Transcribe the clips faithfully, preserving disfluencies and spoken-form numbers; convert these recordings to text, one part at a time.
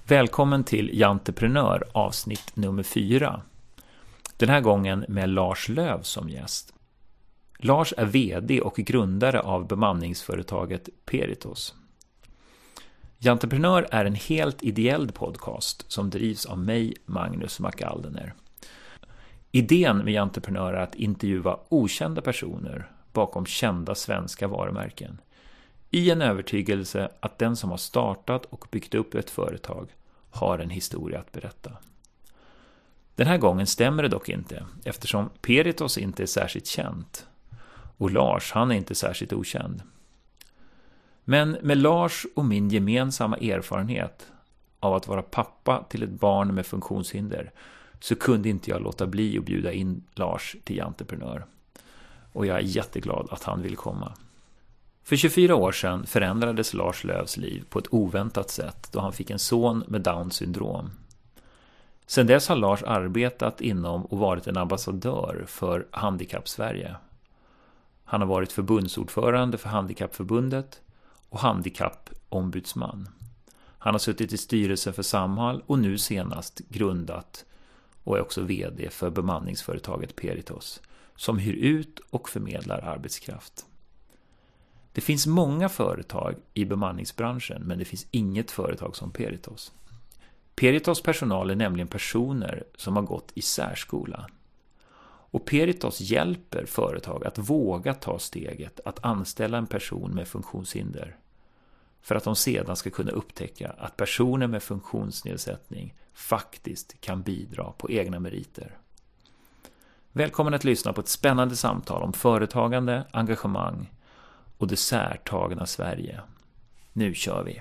Välkommen till Janteprenör avsnitt nummer fyra. Den här gången med Lars Löv som gäst. Lars är vd och grundare av bemanningsföretaget Peritos. Janteprenör är en helt ideell podcast som drivs av mig, Magnus McAldener. Idén med Janteprenör är att intervjua okända personer bakom kända svenska varumärken. I en övertygelse att den som har startat och byggt upp ett företag har en historia att berätta. Den här gången stämmer det dock inte, eftersom Peritos inte är särskilt känt. Och Lars, han är inte särskilt okänd. Men med Lars och min gemensamma erfarenhet av att vara pappa till ett barn med funktionshinder så kunde inte jag låta bli att bjuda in Lars till Janteprenör. Och jag är jätteglad att han vill komma. För tjugofyra år sedan förändrades Lars Lövs liv på ett oväntat sätt då han fick en son med Downs syndrom. Sedan dess har Lars arbetat inom och varit en ambassadör för Handikapp-Sverige. Han har varit förbundsordförande för Handikappförbundet och handikappombudsman. Han har suttit i styrelsen för Samhall och nu senast grundat och är också vd för bemanningsföretaget Peritos som hyr ut och förmedlar arbetskraft. Det finns många företag i bemanningsbranschen, men det finns inget företag som Peritos. Peritos personal är nämligen personer som har gått i särskola. Och Peritos hjälper företag att våga ta steget att anställa en person med funktionshinder för att de sedan ska kunna upptäcka att personer med funktionsnedsättning faktiskt kan bidra på egna meriter. Välkommen att lyssna på ett spännande samtal om företagande, engagemang och det särtagna Sverige. Nu kör vi!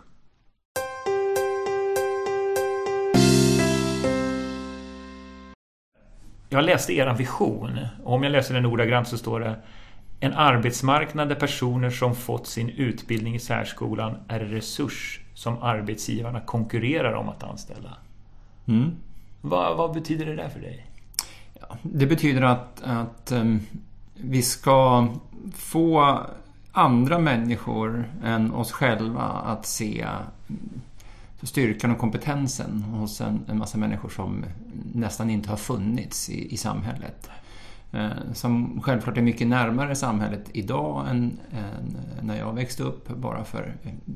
Jag läste er vision. Och om jag läser den ordagrant så står det: en arbetsmarknad där personer som fått sin utbildning i särskolan är en resurs som arbetsgivarna konkurrerar om att anställa. Mm. Vad, vad betyder det där för dig? Ja, det betyder att, att um, vi ska få andra människor än oss själva att se styrkan och kompetensen hos en, en massa människor som nästan inte har funnits i, i samhället. Eh, som självklart är mycket närmare samhället idag än, än när jag växte upp bara för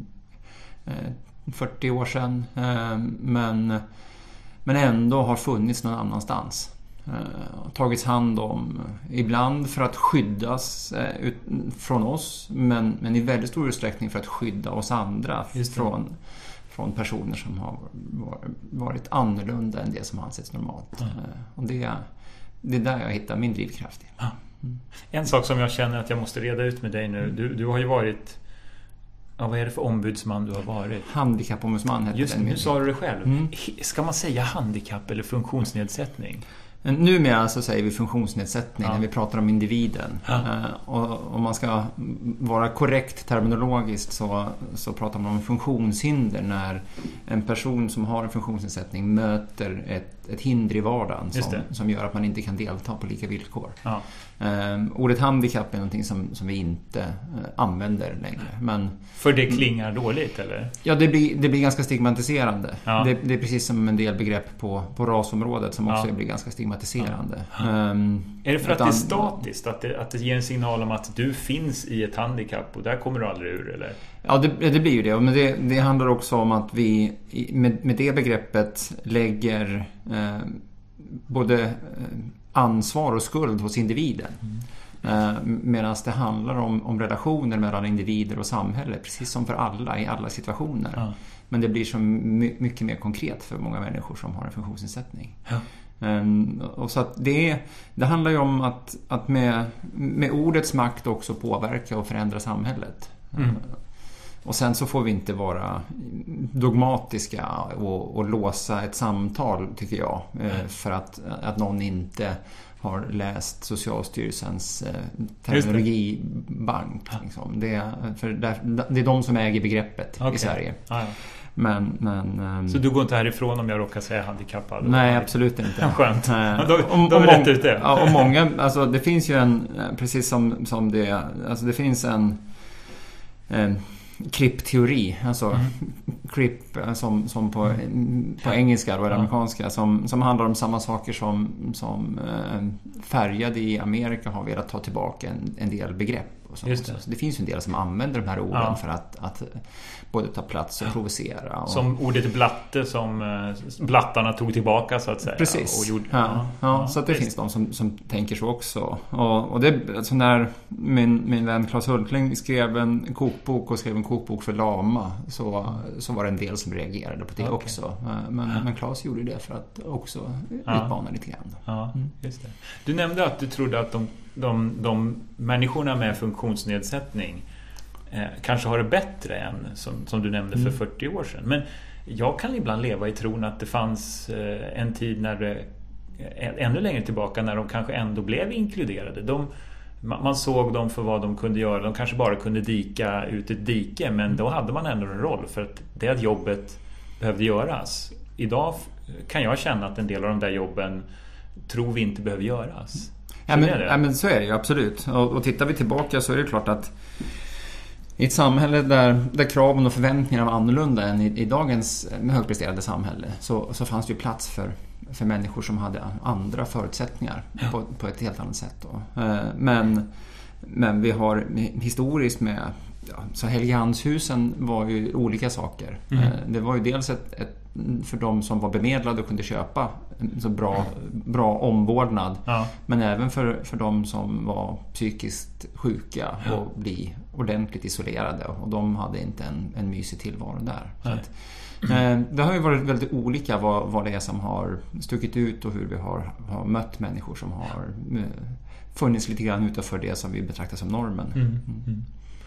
eh, fyrtio år sedan. Eh, men, men ändå har funnits någon annanstans. Eh, tagits hand om, ibland för att skyddas eh, ut, från oss, men, men i väldigt stor utsträckning för att skydda oss andra från, från personer som har varit annorlunda än det som anses normalt. Mm. Eh, och det, det är där jag hittar min drivkraft. Mm. En sak som jag känner att jag måste reda ut med dig nu, du, du har ju varit, ja, vad är det för ombudsman du har varit? Handikappombudsman heter Just den. Nu sa du det själv. Mm. Ska man säga handikapp eller funktionsnedsättning? Numera så säger vi funktionsnedsättning ja. när vi pratar om individen. Ja. Och om man ska vara korrekt terminologiskt så, så pratar man om funktionshinder när en person som har en funktionsnedsättning möter ett, ett hinder i vardagen som, som gör att man inte kan delta på lika villkor. Ja. Um, ordet handikapp är någonting som, som vi inte uh, använder längre. Men, för det klingar mm, dåligt, eller? Ja, det blir, det blir ganska stigmatiserande. Ja. Det, det är precis som en del begrepp på, på rasområdet som också ja. blir ganska stigmatiserande. Ja. Um, är det för utan, att det är statiskt? Att det, att det ger en signal om att du finns i ett handikapp och där kommer du aldrig ur, eller? Ja, det, det blir ju det. Men det, det handlar också om att vi med, med det begreppet lägger eh, både eh, ansvar och skuld hos individen. Mm. Eh, medan det handlar om, om relationer mellan individer och samhälle, precis som för alla i alla situationer. Ja. Men det blir så my, mycket mer konkret för många människor som har en funktionsnedsättning. Ja. Um, och så att det, det handlar ju om att, att med, med ordets makt också påverka och förändra samhället. Mm. Uh, och sen så får vi inte vara dogmatiska och, och låsa ett samtal, tycker jag, uh, för att, att någon inte har läst Socialstyrelsens uh, terminologibank. Liksom. Det, för det, det är de som äger begreppet okay. i Sverige. Ah, ja. Men, men, um... Så du går inte härifrån om jag råkar säga handikappad? Nej, absolut inte. Skönt. Uh, då om, då har vi rätt ut det. Ja, och många, alltså det finns ju en, precis som, som det, alltså det finns en, en Crip-teori, alltså mm. Crip som, som på, på engelska och amerikanska, som, som handlar om samma saker som, som eh, färgade i Amerika har velat ta tillbaka en, en del begrepp. Och så. Just det. Så det finns ju en del som använder de här orden ja. för att, att både ta plats och ja. provocera. Och... Som ordet blatte som eh, blattarna tog tillbaka så att säga. Precis. Och gjorde... ja. Ja. Ja, så att det visst. finns de som, som tänker så också. Och, och det, alltså när min, min vän Claes Hultling skrev en kokbok och skrev en kokbok för lama, så, så var det en del som reagerade på det okay. också. Men, ja. men Claes gjorde det för att också ja. utmana lite grann. Ja, just det. Du nämnde att du trodde att de, de, de människorna med funktionsnedsättning eh, kanske har det bättre än som, som du nämnde för mm. fyrtio år sedan. Men jag kan ibland leva i tron att det fanns eh, en tid när det, ännu längre tillbaka när de kanske ändå blev inkluderade. De, man såg dem för vad de kunde göra. De kanske bara kunde dika ut ett dike, men då hade man ändå en roll för att det att jobbet behövde göras. Idag kan jag känna att en del av de där jobben tror vi inte behöver göras. Ja men, ja, men så är det ju absolut. Och, och tittar vi tillbaka så är det klart att i ett samhälle där, där kraven och förväntningarna var annorlunda än i, i dagens högpresterande samhälle, så, så fanns det ju plats för, för människor som hade andra förutsättningar ja. på, på ett helt annat sätt. Då. Men, men vi har historiskt med, ja, så Helgeandshusen var ju olika saker. Mm. Det var ju dels ett, ett för de som var bemedlade och kunde köpa så bra, bra omvårdnad, ja. men även för, för de som var psykiskt sjuka ja. och bli ordentligt isolerade, och de hade inte en, en mysig tillvaro där. Så att, eh, det har ju varit väldigt olika vad, vad det är som har stuckit ut och hur vi har, har mött människor som har eh, funnits lite grann utanför det som vi betraktar som normen. Mm. Mm.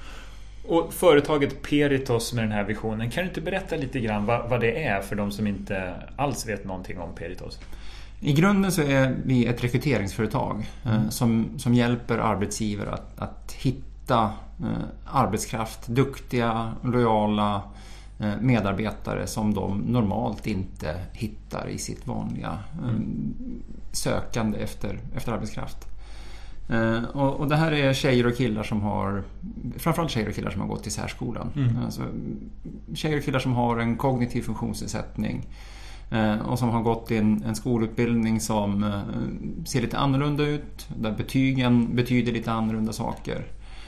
Och företaget Peritos med den här visionen, kan du inte berätta lite grann vad, vad det är för de som inte alls vet någonting om Peritos? I grunden så är vi ett rekryteringsföretag mm. eh, som, som hjälper arbetsgivare att, att hitta eh, arbetskraft, duktiga, lojala eh, medarbetare som de normalt inte hittar i sitt vanliga eh, mm. sökande efter, efter arbetskraft. Uh, och, och det här är tjejer och killar som har, framförallt tjejer och killar som har gått i särskolan. Mm. Alltså, tjejer och killar som har en kognitiv funktionsnedsättning uh, och som har gått i en, en skolutbildning som uh, ser lite annorlunda ut, där betygen betyder lite annorlunda saker,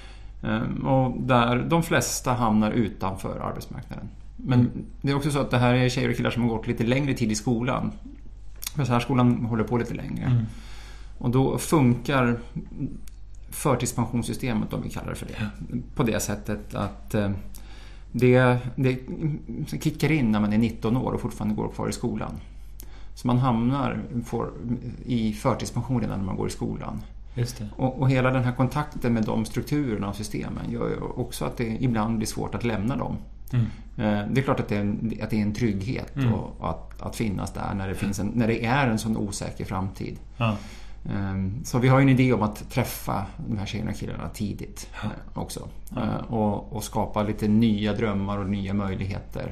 uh, och där de flesta hamnar utanför arbetsmarknaden. Men mm. det är också så att det här är tjejer och killar som har gått lite längre tid i skolan. För särskolan håller på lite längre. Mm. Och då funkar förtidspensionssystemet, om vi kallar det för det, på det sättet att det, det kickar in när man är nitton år och fortfarande går kvar i skolan. Så man hamnar får, i förtidspension redan när man går i skolan. Just det. Och, och hela den här kontakten med de strukturerna och systemen gör ju också att det ibland blir svårt att lämna dem. Mm. Det är klart att det är en, att det är en trygghet mm. och att, att finnas där när det, finns en, när det är en sån osäker framtid. Ja. Så vi har ju en idé om att träffa de här tjejerna och killarna tidigt ja. också. Ja. Och, och skapa lite nya drömmar och nya möjligheter.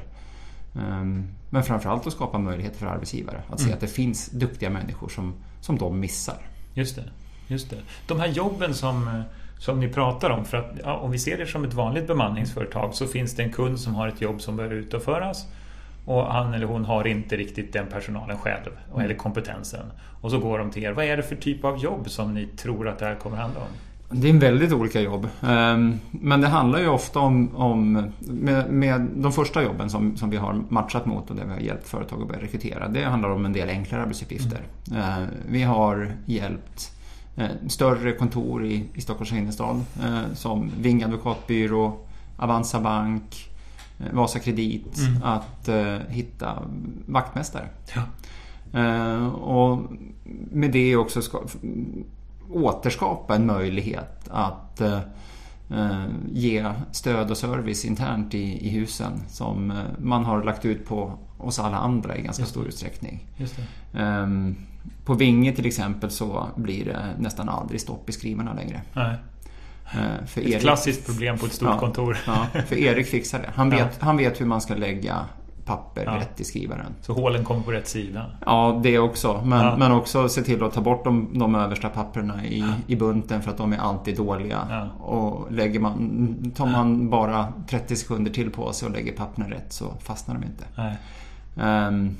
Men framförallt att skapa möjligheter för arbetsgivare. Att se mm. att det finns duktiga människor som, som de missar. Just det, just det. De här jobben som, som ni pratar om, för att ja, om vi ser det som ett vanligt bemanningsföretag, så finns det en kund som har ett jobb som behöver utföras. Och han eller hon har inte riktigt den personalen själv eller kompetensen. Och så går de till er. Vad är det för typ av jobb som ni tror att det här kommer handla om? Det är en väldigt olika jobb. Men det handlar ju ofta om, om med, med de första jobben som, som vi har matchat mot och där vi har hjälpt företag att börja rekrytera. Det handlar om en del enklare arbetsuppgifter. Mm. Vi har hjälpt större kontor i, i Stockholms innerstad som Ving advokatbyrå, Avanza Bank, Vasa Kredit, mm. att uh, hitta vaktmästare. Ja. Uh, och med det också ska, återskapa en möjlighet att uh, uh, ge stöd och service internt i, i husen som uh, man har lagt ut på oss alla andra i ganska Just stor utsträckning. Just det. Um, på Vinge till exempel så blir det nästan aldrig stopp i skrivarna längre. Nej. För ett Erik, klassiskt problem på ett stort ja, kontor. Ja, för Erik fixar det. Han vet, ja. han vet hur man ska lägga papper ja. rätt i skrivaren. Så hålen kommer på rätt sida? Ja, det också. Men, ja. men också se till att ta bort de, de översta papperna i, ja. i bunten för att de är alltid dåliga. Ja. Och lägger man, tar man bara trettio sekunder till på sig och lägger papperna rätt så fastnar de inte. Nej. Um,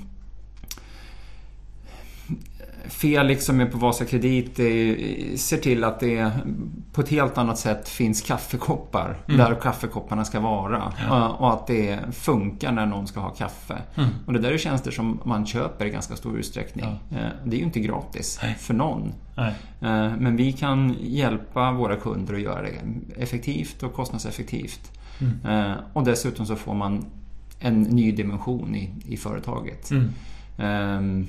Felix som är på Vasa Kredit är, ser till att det på ett helt annat sätt finns kaffekoppar mm. där kaffekopparna ska vara ja. och att det funkar när någon ska ha kaffe. Mm. Och det där är tjänster som man köper i ganska stor utsträckning. Ja. Det är ju inte gratis Nej. för någon. Nej. Men vi kan hjälpa våra kunder att göra det effektivt och kostnadseffektivt. Mm. Och dessutom så får man en ny dimension i, i företaget. Mm.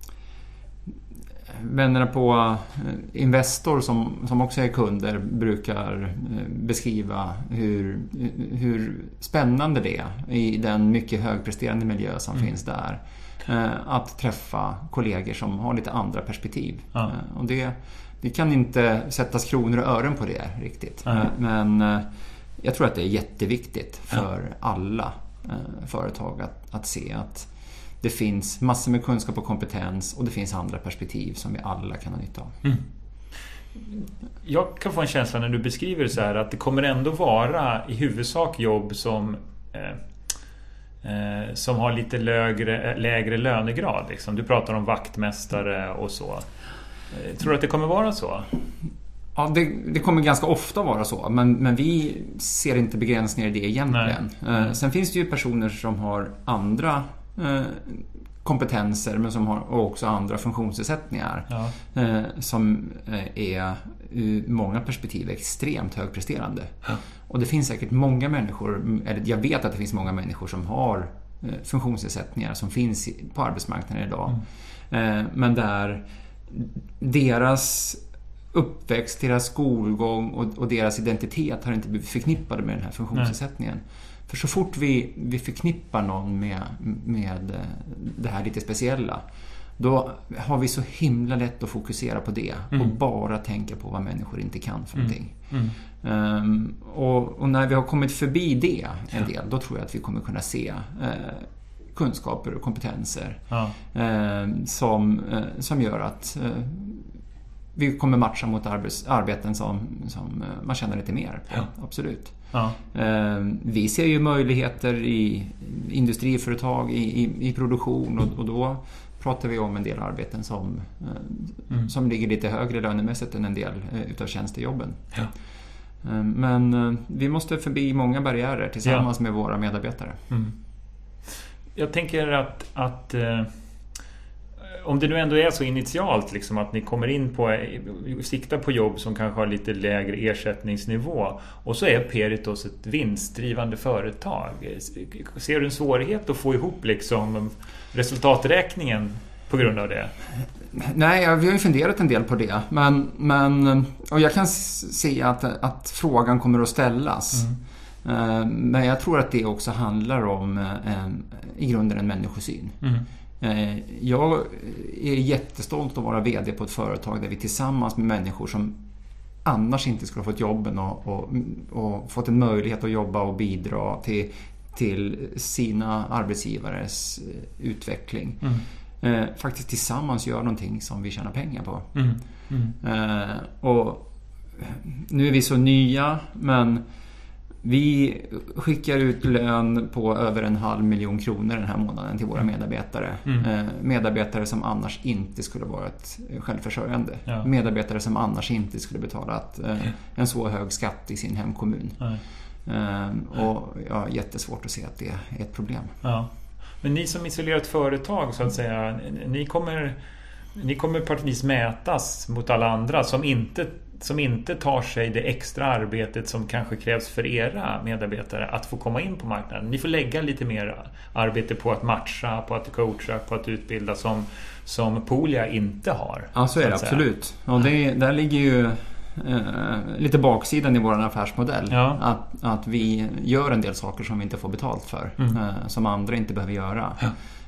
Vännerna på Investor som, som också är kunder brukar beskriva hur, hur spännande det är i den mycket högpresterande miljö som mm. finns där. Att träffa kollegor som har lite andra perspektiv. Ja. Och det, det kan inte sättas kronor och ören på det riktigt. Mm. Men jag tror att det är jätteviktigt för ja. alla företag att, att se att det finns massor med kunskap och kompetens och det finns andra perspektiv som vi alla kan ha nytta av. Mm. Jag kan få en känsla när du beskriver det så här att det kommer ändå vara i huvudsak jobb som, eh, eh, som har lite lägre, lägre lönegrad. Liksom. Du pratar om vaktmästare och så. Eh, tror du att det kommer vara så? Ja, det, det kommer ganska ofta vara så, men, men vi ser inte begränsningar i det egentligen. Eh, sen finns det ju personer som har andra kompetenser men som har också andra funktionsnedsättningar ja. eh, som är ur många perspektiv extremt högpresterande. Ja. Och det finns säkert många människor, eller jag vet att det finns många människor som har eh, funktionsnedsättningar som finns på arbetsmarknaden idag. Mm. Eh, men där deras uppväxt, deras skolgång och, och deras identitet har inte blivit förknippade med den här funktionsnedsättningen. Nej. För så fort vi, vi förknippar någon med, med det här lite speciella, då har vi så himla lätt att fokusera på det mm. och bara tänka på vad människor inte kan för någonting. Mm. Mm. Um, och, och när vi har kommit förbi det en del, då tror jag att vi kommer kunna se uh, kunskaper och kompetenser ja. uh, som, uh, som gör att uh, vi kommer matcha mot arbets, arbeten som, som man känner lite mer på. Ja. Absolut. Ja. Vi ser ju möjligheter i industriföretag, i, i, i produktion och, och då pratar vi om en del arbeten som, mm. som ligger lite högre lönemässigt än en del utav tjänstejobben. Ja. Men vi måste förbi många barriärer tillsammans ja. med våra medarbetare. Mm. Jag tänker att, att om det nu ändå är så initialt liksom, att ni kommer in på sikta på jobb som kanske har lite lägre ersättningsnivå och så är Peritos ett vinstdrivande företag. Ser du en svårighet att få ihop liksom resultaträkningen på grund av det? Nej, vi har ju funderat en del på det. Men, men, och jag kan se att, att frågan kommer att ställas. Mm. Men jag tror att det också handlar om i grunden en människosyn. Mm. Jag är jättestolt att vara vd på ett företag där vi tillsammans med människor som annars inte skulle ha fått jobben och, och, och fått en möjlighet att jobba och bidra till, till sina arbetsgivares utveckling. Mm. Eh, faktiskt tillsammans gör någonting som vi tjänar pengar på. Mm. Mm. Eh, och nu är vi så nya, men vi skickar ut lön på över en halv miljon kronor den här månaden till våra medarbetare. Mm. Eh, medarbetare som annars inte skulle varit självförsörjande. Ja. Medarbetare som annars inte skulle betalat eh, en så hög skatt i sin hemkommun. Eh, och ja, jättesvårt att se att det är ett problem. Ja. Men ni som isolerat företag så att säga, ni kommer, ni kommer på ett vis mätas mot alla andra som inte som inte tar sig det extra arbetet som kanske krävs för era medarbetare att få komma in på marknaden. Ni får lägga lite mer arbete på att matcha, på att coacha, på att utbilda som, som Poolia inte har. Ja, så är det absolut. Och det, där ligger ju eh, lite baksidan i vår affärsmodell. Ja. Att, att vi gör en del saker som vi inte får betalt för. Mm. Eh, som andra inte behöver göra. Ja.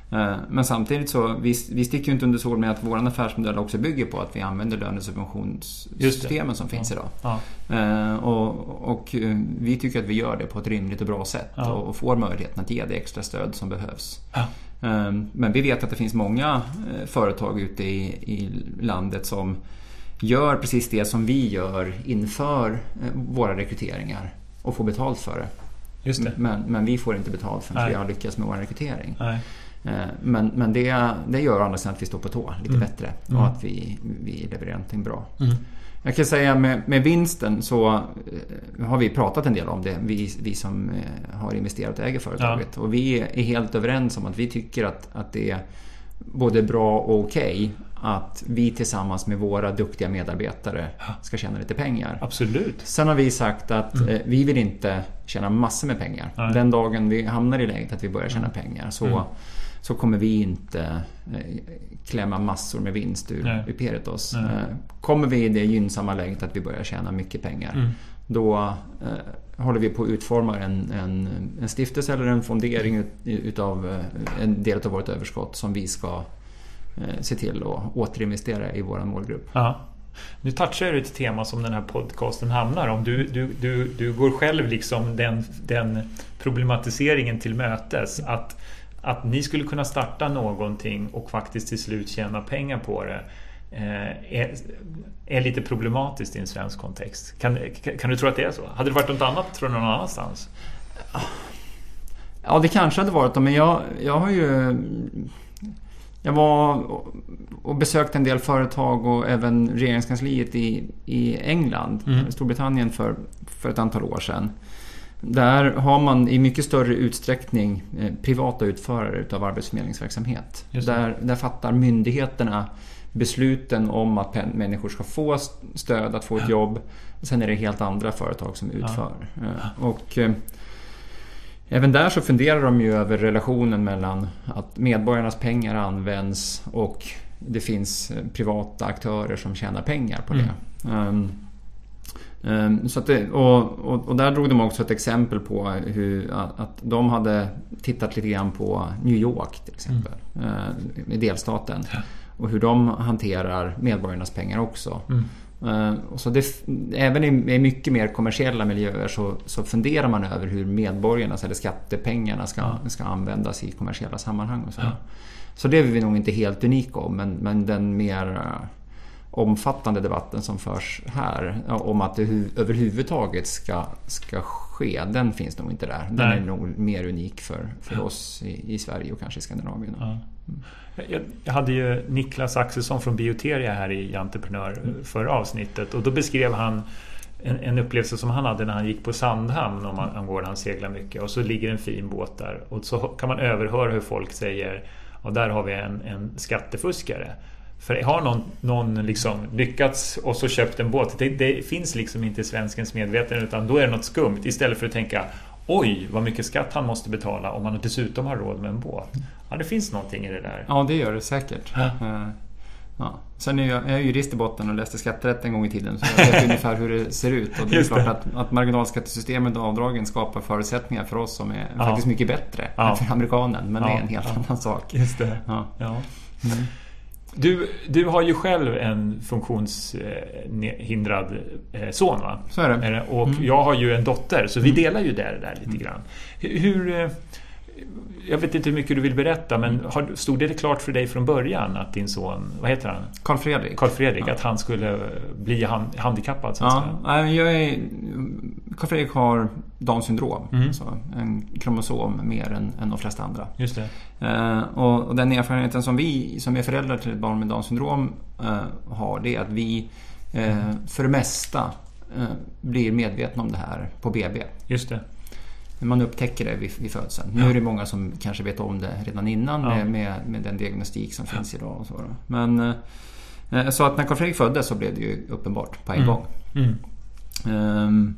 Men samtidigt så vi, vi sticker ju inte under sol med att vår affärsmodell också bygger på att vi använder lönesubventionssystemen som finns idag. Ja. Ja. Och, och vi tycker att vi gör det på ett rimligt och bra sätt ja. och får möjligheten att ge det extra stöd som behövs. Ja. Men vi vet att det finns många företag ute i, i landet som gör precis det som vi gör inför våra rekryteringar och får betalt för det. Just det. Men, men vi får inte betalt för att vi har lyckats med vår rekrytering. Nej. Men, men det, det gör andra sidan att vi står på tå lite mm. bättre och mm. att vi, vi levererar någonting bra. Mm. Jag kan säga med, med vinsten så har vi pratat en del om det, vi, vi som har investerat och äger företaget. Ja. Och vi är helt överens om att vi tycker att, att det är både bra och okej att vi tillsammans med våra duktiga medarbetare ska tjäna lite pengar. Absolut. Sen har vi sagt att mm. eh, vi vill inte tjäna massor med pengar. Nej. Den dagen vi hamnar i läget att vi börjar tjäna pengar så, mm. så kommer vi inte eh, klämma massor med vinst ur, ur Peritos. Eh, kommer vi i det gynnsamma läget att vi börjar tjäna mycket pengar mm. då eh, håller vi på att utforma en, en, en stiftelse eller en fondering ut, utav eh, en del av vårt överskott som vi ska se till att återinvestera i vår målgrupp. Ja. Nu touchar du ett tema som den här podcasten handlar om. Du, du, du, du går själv liksom den, den problematiseringen till mötes att, att ni skulle kunna starta någonting och faktiskt till slut tjäna pengar på det eh, är, är lite problematiskt i en svensk kontext. Kan, kan, kan du tro att det är så? Hade det varit något annat tror du någon annanstans? Ja, det kanske hade varit det, men jag, jag har ju Jag var och besökte en del företag och även regeringskansliet i, i England, mm. Storbritannien för, för ett antal år sedan. Där har man i mycket större utsträckning eh, privata utförare utav arbetsförmedlingsverksamhet. Där, där fattar myndigheterna besluten om att pen- människor ska få stöd att få ett jobb. Sen är det helt andra företag som utför. Ja. Eh, och... Eh, Även där så funderar de ju över relationen mellan att medborgarnas pengar används och det finns privata aktörer som tjänar pengar på det. Mm. Um, um, så att det och, och, och där drog de också ett exempel på hur att, att de hade tittat lite grann på New York till exempel, mm. uh, i delstaten, ja. Och hur de hanterar medborgarnas pengar också. Mm. Uh, så det, även i, i mycket mer kommersiella miljöer så, så funderar man över hur medborgarnas eller skattepengarna ska, ja. ska användas i kommersiella sammanhang och så. Ja. Så det är vi nog inte helt unika om, men, men den mer uh, omfattande debatten som förs här uh, om att det hu- överhuvudtaget ska, ska ske, den finns nog inte där. Den Nej. är nog mer unik för, för oss i, i Sverige och kanske i Skandinavien. Ja. Mm. Jag, jag hade ju Niklas Axelsson från Bioteria här i Entreprenör mm. förra avsnittet och då beskrev han en, en upplevelse som han hade när han gick på Sandhamn om han, går han seglar mycket och så ligger en fin båt där och så kan man överhöra hur folk säger och där har vi en, en skattefuskare. För har någon, någon liksom lyckats och så köpt en båt, det, det finns liksom inte i svenskens medvetande utan då är det något skumt istället för att tänka oj, vad mycket skatt han måste betala om han dessutom har råd med en båt. Ja, det finns någonting i det där. Ja, det gör det säkert. Ja. Ja. Sen är jag, jag är jurist i botten och läste skatterätt en gång i tiden så jag vet ungefär hur det ser ut. Och det är Just klart det. Att, att marginalskattesystemet och avdragen skapar förutsättningar för oss som är ja. faktiskt mycket bättre ja. än för amerikanen. Men ja. det är en helt ja. annan sak. Just det. Ja. Ja. Mm. Du, du har ju själv en funktionshindrad son, va? Så är det. Och mm. jag har ju en dotter, så vi delar ju där, där lite grann. Hur, jag vet inte hur mycket du vill berätta, men har, stod det klart för dig från början att din son, vad heter han? Karl Fredrik. Karl Fredrik, ja. Att han skulle bli handikappad? Så att ja, jag är, Karl Fredrik har Downs syndrom, mm. alltså en kromosom mer än, än de flesta andra. Just det. Uh, och, och den erfarenheten som vi som är föräldrar till ett barn med Downs syndrom uh, har, det är att vi uh, för det mesta uh, blir medvetna om det här på B B. Just det. Man upptäcker det vid, vid födseln. Ja. Nu är det många som kanske vet om det redan innan ja. med, med, med den diagnostik som ja. finns idag. Och så, men uh, så att när Karl Fredrik föddes så blev det ju uppenbart på en mm. gång. Mm. Um,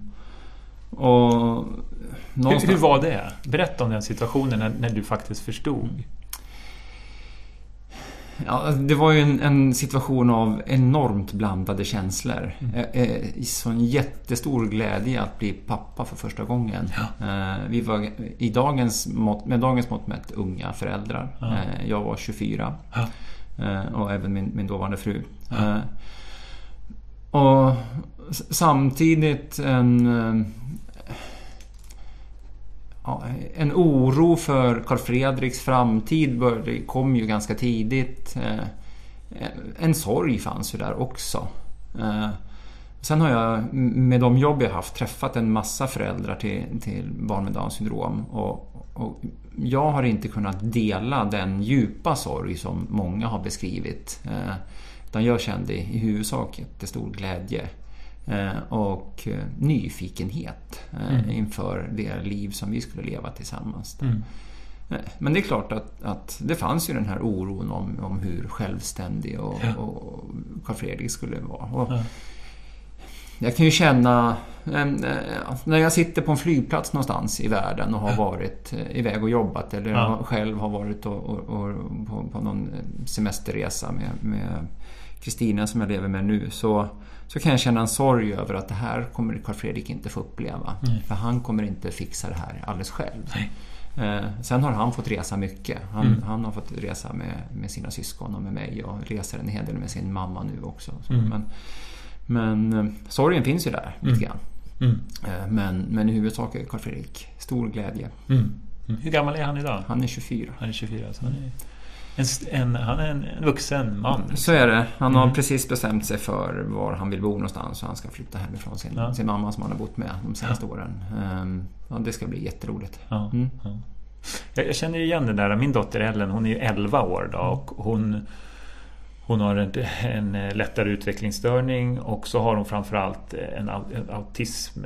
och hur, hur var det? Berätta om den situationen när, när du faktiskt förstod. Ja, det var ju en, en situation av enormt blandade känslor. Mm. Eh, sån jättestor glädje att bli pappa för första gången. Ja. Eh, vi var i dagens mått, med dagens mått mätt unga föräldrar. Ja. Eh, jag var tjugofyra. Ja. Eh, och även min, min dåvarande fru. Ja. Eh, och samtidigt en... Eh, Ja, en oro för Carl Fredriks framtid började, kom ju ganska tidigt. En sorg fanns ju där också. Sen har jag med de jobb jag haft träffat en massa föräldrar till, till barn med Downs syndrom. Och, och jag har inte kunnat dela den djupa sorg som många har beskrivit. Utan jag kände i huvudsak jättestor glädje. Och nyfikenhet mm. inför det liv som vi skulle leva tillsammans. Mm. Men det är klart att, att det fanns ju den här oron om, om hur självständig och, ja. och Carl Fredrik skulle vara. Och ja. Jag kan ju känna när jag sitter på en flygplats någonstans i världen och har ja. varit iväg och jobbat eller ja. själv har varit och, och, och på, på någon semesterresa med, med Kristina som jag lever med nu, så så kan jag känna en sorg över att det här kommer Carl Fredrik inte få uppleva. Mm. För han kommer inte fixa det här alldeles själv. Eh, sen har han fått resa mycket. Han, mm. han har fått resa med, med sina syskon och med mig och reser en hel del med sin mamma nu också. Så, mm. Men, men sorgen finns ju där lite grann. Mm. Eh, men, men i huvudsak är Carl Fredrik stor glädje. Mm. Mm. Hur gammal är han idag? Han är tjugofyra. Han är tjugofyra, så han är... En, en, han är en, en vuxen man. Så är det. Han har mm. precis bestämt sig för var han vill bo någonstans. Så han ska flytta hemifrån sin, ja. sin mamma som han har bott med de senaste ja. åren. Um, ja, det ska bli jätteroligt. Ja. Mm. Ja. Jag, jag känner igen det där. Min dotter Ellen, hon är ju elva år då, och hon, hon har en, en lättare utvecklingsstörning, och så har hon framförallt en, en autism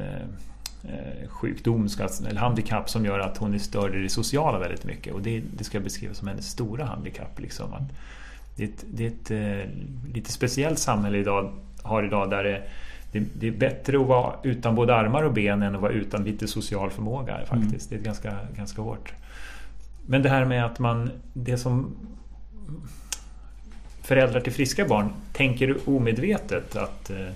sjukdom eller handikapp som gör att hon är störd i det sociala väldigt mycket, och det, det ska jag beskriva som hennes stora handikapp liksom. Att det är ett, det är ett eh, lite speciellt samhälle idag, har idag där det, det, det är bättre att vara utan både armar och ben än att vara utan lite social förmåga faktiskt. Mm. Det är ganska, ganska hårt. Men det här med att man, det som föräldrar till friska barn tänker omedvetet att eh,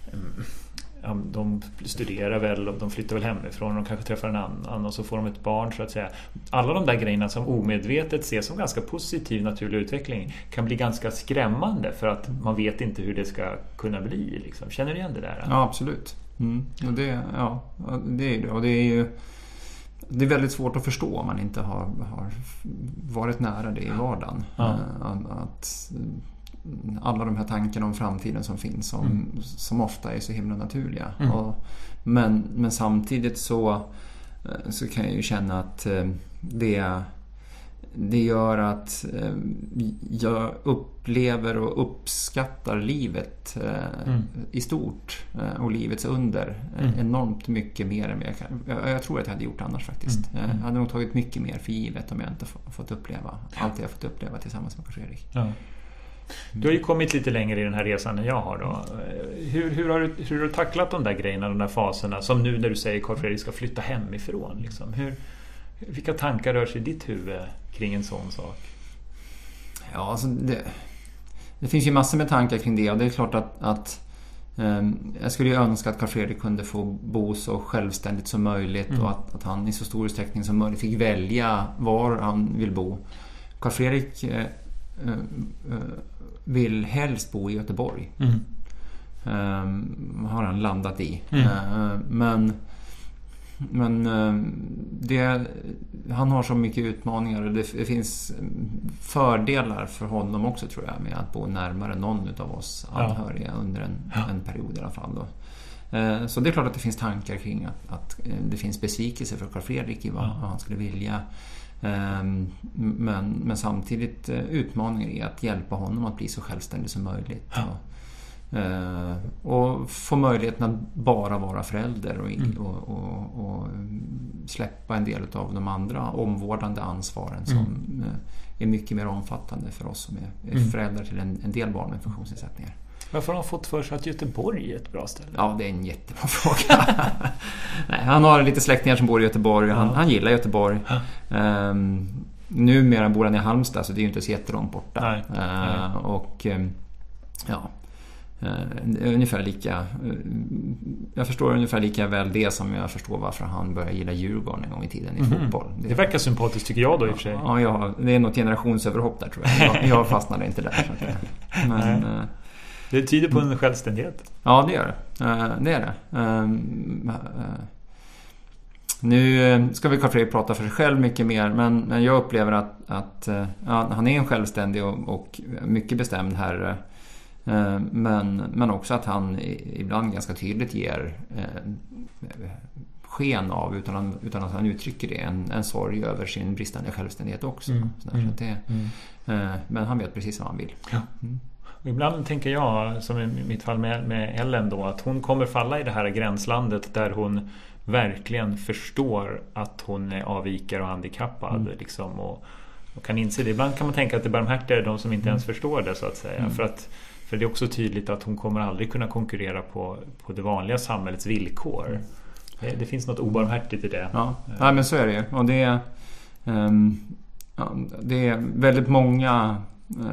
ja, de studerar väl och de flyttar väl hemifrån och de kanske träffar en annan och så får de ett barn, så att säga. Alla de där grejerna som omedvetet ses som ganska positiv naturlig utveckling kan bli ganska skrämmande, för att man vet inte hur det ska kunna bli liksom. Känner du igen det där? Ja, absolut. Mm. Och det, ja, det är det. Och det är ju det är väldigt svårt att förstå om man inte har, har varit nära det i vardagen. Ja. Att alla de här tankarna om framtiden som finns som, mm. som ofta är så himla naturliga. Mm. Och, men, men samtidigt så, så kan jag ju känna att det, det gör att jag upplever och uppskattar livet mm. i stort och livets under mm. enormt mycket mer än jag kan. Jag, jag tror att jag hade gjort annars faktiskt. Mm. Jag hade nog tagit mycket mer för givet om jag inte fått uppleva allt jag fått uppleva tillsammans med Carl Fredrik. Ja. Du har ju kommit lite längre i den här resan än jag har då. Hur, hur, har, du, hur har du tacklat de där grejerna, de där faserna, som nu när du säger att Carl Fredrik ska flytta hemifrån liksom? Hur, vilka tankar rör sig i ditt huvud kring en sån sak? Ja, alltså det, det finns ju massor med tankar kring det, och det är klart att, att um, jag skulle ju önska att Carl Fredrik kunde få bo så självständigt som möjligt mm. och att, att han i så stor utsträckning som möjligt fick välja var han vill bo. Carl Fredrik uh, uh, vill helst bo i Göteborg. Mm. Um, har han landat i. Mm. Uh, men men uh, det, han har så mycket utmaningar, och det, det finns fördelar för honom också, tror jag, med att bo närmare någon av oss anhöriga ja. under en, ja. en period i alla fall då. Uh, så det är klart att det finns tankar kring att, att det finns besvikelse för Carl Fredrik i vad, ja. vad han skulle vilja. Men, men samtidigt utmaningar i att hjälpa honom att bli så självständig som möjligt. Ja. Och, och få möjligheten att bara vara förälder och, mm. och, och, och släppa en del av de andra omvårdande ansvaren som mm. är mycket mer omfattande för oss som är, är mm. föräldrar till en, en del barn med funktionsnedsättningar. Varför har han fått för sig att Göteborg är ett bra ställe? Ja, det är en jättebra fråga. Nej, han har lite släktingar som bor i Göteborg och han, ja. han gillar Göteborg. Ja. Um, numera bor han i Halmstad, så det är ju inte så jättelångt borta. Nej, nej. Uh, och uh, ja, uh, ungefär lika uh, jag förstår ungefär lika väl det som jag förstår varför han började gilla Djurgården en gång i tiden i mm. fotboll. Det, det verkar sympatiskt tycker jag då i och för sig. Ja, ja, det är något generationsöverhopp där tror jag. Jag, jag fastnade inte där. Så att, men, uh, det tyder på en självständighet. Ja, det gör det. Uh, det är det. Uh, uh, Nu ska vi Carl Fredrik prata för sig själv mycket mer, men jag upplever att, att ja, han är en självständig och, och mycket bestämd herre, men, men också att han ibland ganska tydligt ger eh, sken av, utan, utan att han uttrycker det, en, en sorg över sin bristande självständighet också. Mm. Så mm. det, mm. eh, men han vet precis vad han vill. Ja. Mm. Ibland tänker jag, som i mitt fall med, med Ellen då, att hon kommer falla i det här gränslandet där hon verkligen förstår att hon är avvikare och handikappad mm. liksom, och, och kan inse det. Ibland kan man tänka att det är barmhärtigare de som inte mm. ens förstår det så att säga. Mm. För, att, för det är också tydligt att hon kommer aldrig kunna konkurrera på, på det vanliga samhällets villkor. Mm. Det, det finns något obarmhärtigt i det. Ja, ja men så är det ju. Och det är, um, ja, det är väldigt många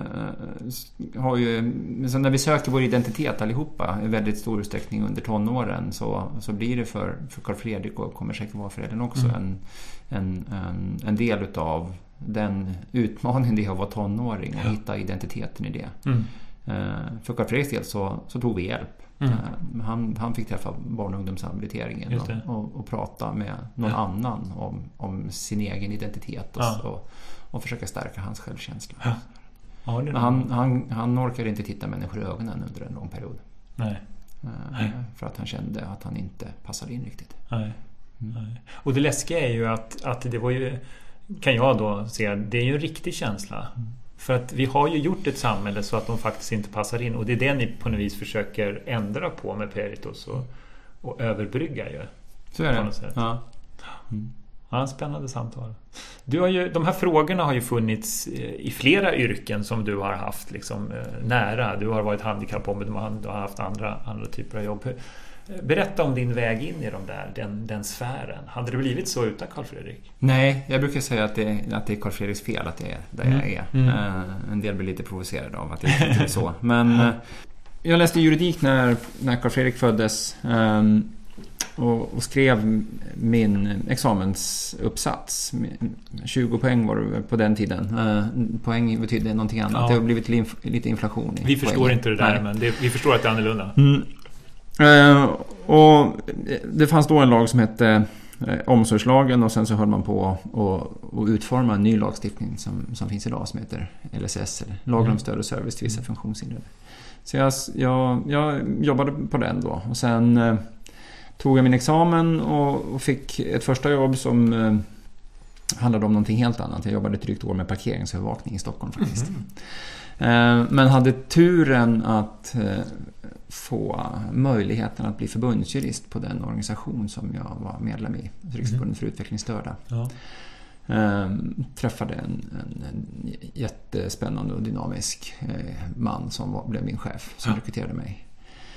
Uh, har ju, så när vi söker vår identitet allihopa i väldigt stor utsträckning under tonåren, så, så blir det för, för Carl Fredrik, och kommer säkert vara för Ellen också, mm. en, en, en, en del utav den utmaning det är att vara tonåring och ja. hitta identiteten i det. Mm. Uh, för Carl Fredriks del så, så tog vi hjälp. Mm. Uh, han, han fick träffa barn- och ungdomshabiliteringen och, och, och prata med någon ja. annan om, om sin egen identitet och, ja. och, och försöka stärka hans självkänsla. Ja. Ja, men han, han, han orkade inte titta människor i ögonen under en lång period. Nej. Uh, Nej. För att han kände att han inte passade in riktigt. Nej. Mm. Nej. Och det läskiga är ju att, att det var ju, kan jag då se, det är ju en riktig känsla. Mm. För att vi har ju gjort ett samhälle så att de faktiskt inte passar in. Och det är det ni på något vis försöker ändra på med Peritos och, och överbrygga ju. Så är det. Ja. Mm. Ja, spännande samtal. Du har ju, de här frågorna har ju funnits i flera yrken som du har haft liksom, nära. Du har varit handikappombudsman, du har haft andra, andra typer av jobb. Berätta om din väg in i de där, den, den sfären. Hade det blivit så utan Carl Fredrik? Nej, jag brukar säga att det, att det är Carl Fredriks fel att det är där mm. jag är. Mm. Uh, en del blir lite provocerade av att det inte är så. Men uh, jag läste juridik när, när Carl Fredrik föddes. Um, Och, och skrev min examensuppsats. tjugo poäng var det på den tiden. Eh, poäng betyder någonting annat. Ja. Det har blivit li, lite inflation i Vi förstår poängen. Inte det där, Nej. men det, vi förstår att det är annorlunda. Mm. Eh, och det fanns då en lag som hette eh, omsorgslagen, och sen så höll man på att utforma en ny lagstiftning som, som finns idag som heter L S S, eller Lagen mm. om stöd och service till vissa funktionshindrade. Så jag, jag, jag jobbade på den då, och sen eh, tog jag min examen och, och fick ett första jobb som eh, handlade om någonting helt annat. Jag jobbade ett drygt år med parkeringsövervakning i Stockholm faktiskt. Mm. Eh, men hade turen att eh, få möjligheten att bli förbundsjurist på den organisation som jag var medlem i, Riksförbundet för utvecklingsstörda. Ja. Eh, träffade en, en, en jättespännande och dynamisk eh, man som var, blev min chef, som ja. rekryterade mig.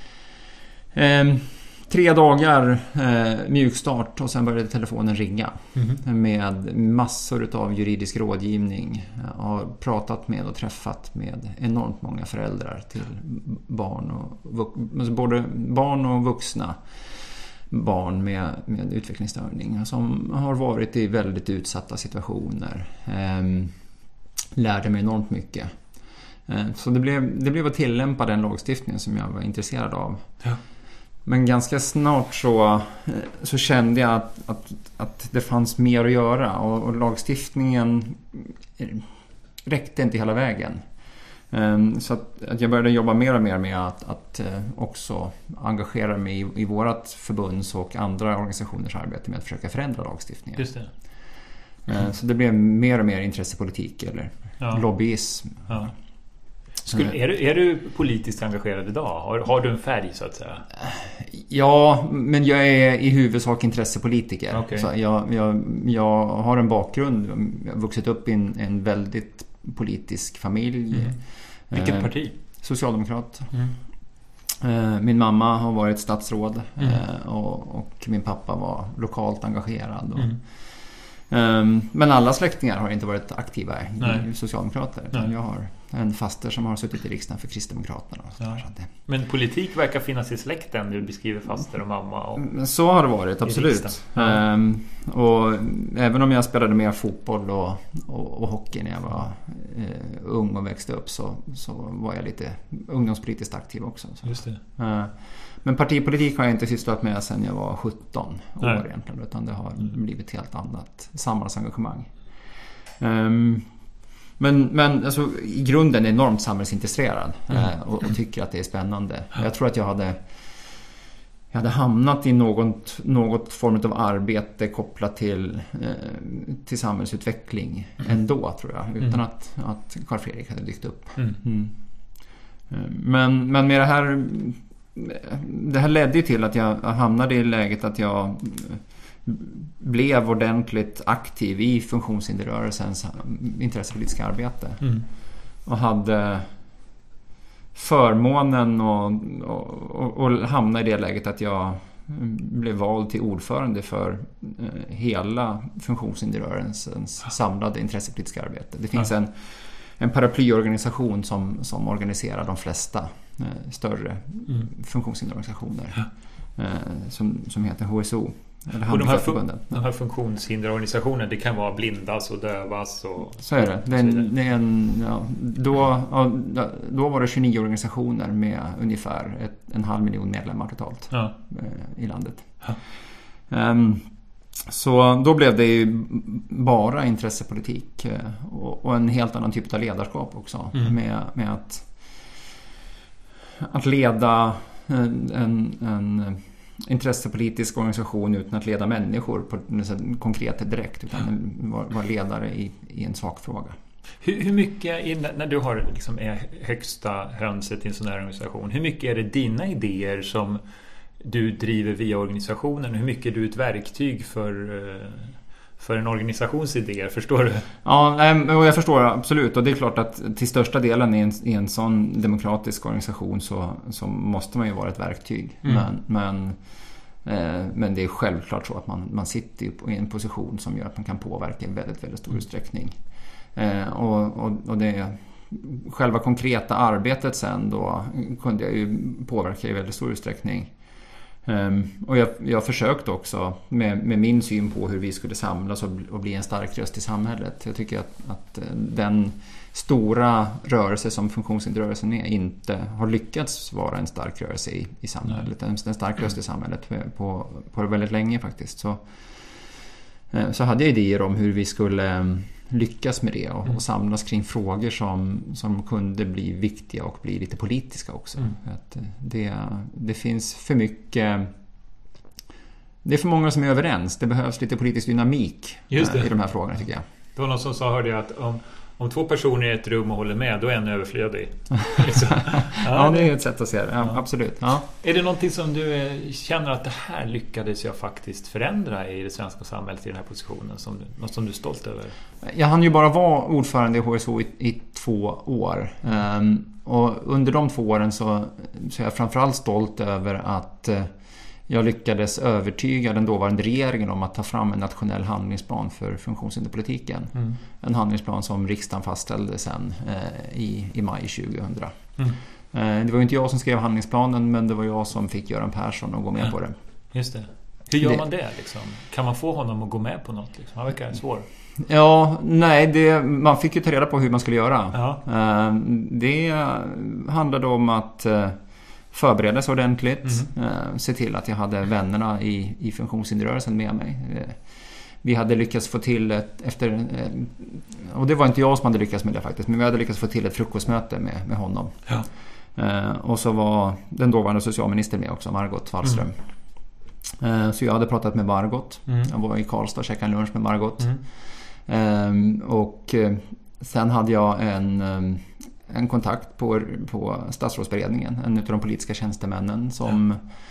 Eh, Tre dagar eh, mjukstart, och sen började telefonen ringa mm-hmm. med massor av juridisk rådgivning. Jag har pratat med och träffat med enormt många föräldrar till barn och, både barn och vuxna barn med, med utvecklingsstörning som har varit i väldigt utsatta situationer. Eh, lärde mig enormt mycket. Eh, så det blev, det blev att tillämpa den lagstiftningen som jag var intresserad av. Ja. Men ganska snart så, så kände jag att, att, att det fanns mer att göra, och, och lagstiftningen räckte inte hela vägen. Så att, att jag började jobba mer och mer med att, att också engagera mig i, i vårat förbunds och andra organisationers arbete med att försöka förändra lagstiftningen. Just det. Mm. Så det blev mer och mer intressepolitik eller ja. lobbyism. Ja. Skulle, är, du, är du politiskt engagerad idag? Har, har du en färg så att säga? Ja, men jag är i huvudsak intressepolitiker. Okay. Så jag, jag, jag har en bakgrund. Jag har vuxit upp i en, en väldigt politisk familj. Mm. Vilket eh, parti? Socialdemokrat. Mm. Eh, min mamma har varit statsråd mm. Mm. eh, och, och min pappa var lokalt engagerad. Och, mm. Um, men alla släktingar har inte varit aktiva Nej. i socialdemokrater. Utan jag har en faster som har suttit i riksdagen för Kristdemokraterna. Och så ja. det... Men politik verkar finnas i släkten. Du beskriver faster och mamma. Och... Så har det varit, absolut. Ja. Um, och även om jag spelade mer fotboll och, och, och hockey när jag var uh, ung och växte upp så, så var jag lite ungdomspolitiskt aktiv också. Så. Just det. Uh, men partipolitik har jag inte sysslat med sedan jag var sjutton år Nej. egentligen. Utan det har mm. blivit helt annat samhällsengagemang. Um, men men alltså, i grunden är jag enormt samhällsintresserad mm. uh, och, och tycker att det är spännande. Ja. Jag tror att jag hade jag hade hamnat i något, något form av arbete kopplat till, uh, till samhällsutveckling mm. ändå, tror jag. Utan mm. att, att Carl Fredrik hade dykt upp. Mm. Mm. Uh, men, men med det här det här ledde ju till att jag hamnade i läget att jag blev ordentligt aktiv i funktionshinderrörelsens intressepolitiska arbete. Mm. Och hade förmånen och, och, och hamna i det läget att jag blev vald till ordförande för hela funktionshinderrörelsens samlade intressepolitiska arbete. Det finns ja. en, en paraplyorganisation som, som organiserar de flesta eh, större mm. funktionshinderorganisationer ja. eh, som, som heter H S O. Och de här, fun- de här funktionshinderorganisationerna, det kan vara blindas och dövas och... Så är det. det, är en, det är en, ja, då, ja, då var det tjugonio organisationer med ungefär ett, en halv miljon medlemmar totalt ja. eh, i landet. Ja. Um, så då blev det ju bara intressepolitik eh, och, och en helt annan typ av ledarskap också. Mm. Med, med att, att leda en... en, en intressepolitisk organisation utan att leda människor på konkret direkt, utan vara var ledare i, i en sakfråga. Hur, hur mycket, när du har liksom är högsta hönset i en sån här organisation, hur mycket är det dina idéer som du driver via organisationen? Hur mycket är du ett verktyg för, för en organisations idéer? Förstår du? Ja, jag förstår absolut. Och det är klart att till största delen i en, i en sån demokratisk organisation så, så måste man ju vara ett verktyg. Mm. Men, men, eh, men det är självklart så att man, man sitter i en position som gör att man kan påverka i väldigt, väldigt stor utsträckning. Eh, och, och, och det själva konkreta arbetet sen då kunde jag ju påverka i väldigt stor utsträckning. Um, och jag, jag försökte också med, med min syn på hur vi skulle samlas och, och bli en stark röst i samhället. Jag tycker att, att den stora rörelse som funktionshinderrörelsen är inte har lyckats vara en stark rörelse i, i samhället. En, en stark röst i samhället på, på väldigt länge faktiskt. Så, så hade jag idéer om hur vi skulle lyckas med det och, mm. och samlas kring frågor som, som kunde bli viktiga och bli lite politiska också. Mm. Att det, det finns för mycket, det är för många som är överens. Det behövs lite politisk dynamik Just det. i de här frågorna, tycker jag. Det var någon som sa, hörde jag, att om, om två personer i ett rum och håller med, då är en överflödig. liksom. ja, ja, det är ett sätt att se det. Ja, ja. Absolut. Ja. Är det någonting som du känner att det här lyckades jag faktiskt förändra i det svenska samhället i den här positionen? Som, något som du är stolt över? Jag hann ju bara vara ordförande i H S O i, i två år. Um, och under de två åren så, så är jag framförallt stolt över att uh, jag lyckades övertyga den dåvarande regeringen om att ta fram en nationell handlingsplan för funktionshinderpolitiken. Mm. En handlingsplan som riksdagen fastställde sen eh, i, i maj tjugohundra. Mm. Eh, det var ju inte jag som skrev handlingsplanen, men det var jag som fick Göran Persson att gå med ja. på det. Just det. Hur gör det, man det liksom? Kan man få honom att gå med på något? Liksom? Han verkar svår. Ja, nej, det, man fick ju ta reda på hur man skulle göra. Ja. Eh, det handlade om att eh, förbereda sig ordentligt. Mm. Eh, se till att jag hade vännerna i, i funktionshinderrörelsen med mig. Eh, vi hade lyckats få till ett, efter, eh, och det var inte jag som hade lyckats med det faktiskt, men vi hade lyckats få till ett frukostmöte med, med honom. Ja. Eh, och så var den dåvarande socialministern med också, Margot Wallström. Mm. Eh, så jag hade pratat med Margot. Mm. Jag var i Karlstad och käkade lunch med Margot. Mm. Eh, och eh, sen hade jag en... Eh, en kontakt på, på statsrådsberedningen, en av de politiska tjänstemännen som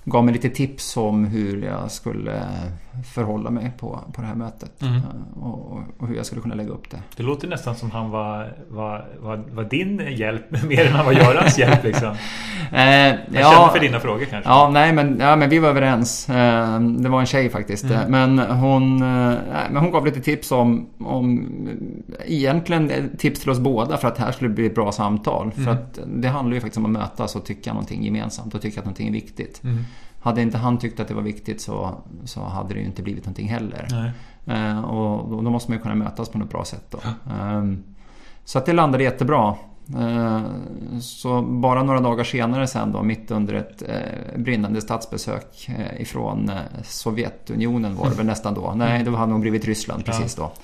gav mig lite tips om hur jag skulle förhålla mig på, på det här mötet. Mm. Och, och hur jag skulle kunna lägga upp det. Det låter nästan som han var, var, var, var din hjälp mer än han var Görans hjälp liksom. eh, jag ja, känner för dina frågor kanske. Ja, nej, men, ja, men vi var överens. Eh, det var en tjej faktiskt. Mm. Men, hon, eh, men hon gav lite tips om, om egentligen tips till oss båda för att det här skulle bli ett bra samtal. Mm. För att det handlar ju faktiskt om att mötas och tycka någonting gemensamt och tycka att någonting är viktigt. Mm. Hade inte han tyckt att det var viktigt så, så hade det ju inte blivit någonting heller. Eh, och då, då måste man ju kunna mötas på något bra sätt då. Eh, så att det landade jättebra. Eh, så bara några dagar senare sen då, mitt under ett eh, brinnande statsbesök eh, ifrån eh, Sovjetunionen var det väl nästan då. Nej, det hade nog blivit Ryssland precis då.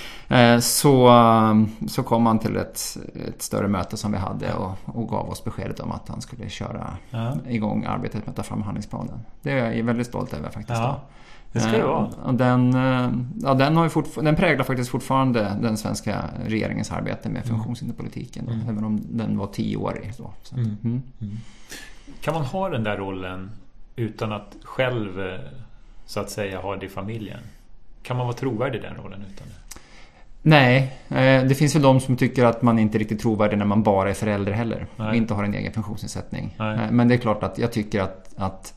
Så, så kom han till ett, ett större möte som vi hade och, och gav oss beskedet om att han skulle köra ja. igång arbetet med att ta fram handlingsplanen. Det är jag väldigt stolt över faktiskt. Ja, det ska det vara. Och den, ja, den, har ju fortfar- den präglar faktiskt fortfarande den svenska regeringens arbete med funktionshinderpolitiken. Mm. Även om den var tio år i. Så. Så. Mm. Mm. Mm. Kan man ha den där rollen utan att själv så att säga ha det i familjen? Kan man vara trovärdig i den rollen utan det? Nej, det finns väl de som tycker att man inte är riktigt trovärdig när man bara är förälder heller. Nej. Och inte har en egen funktionsnedsättning. Nej. Men det är klart att jag tycker att, att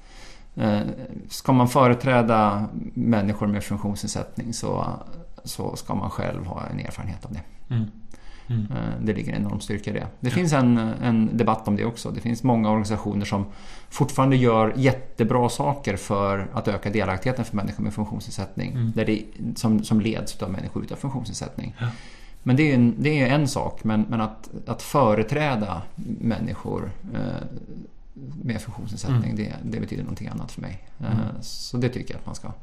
ska man företräda människor med funktionsnedsättning så, så ska man själv ha en erfarenhet av det. Mm. Mm. Det ligger en enorm styrka i det. Det finns en, en debatt om det också. Det finns många organisationer som fortfarande gör jättebra saker för att öka delaktigheten för människor med funktionsnedsättning. Mm. Där det, som, som leds av människor utan funktionsnedsättning. Ja. Men det är en, det är en sak. Men, men att, att företräda människor eh, med funktionsnedsättning, mm. det, det betyder någonting annat för mig. Mm. Eh, så det tycker jag att man ska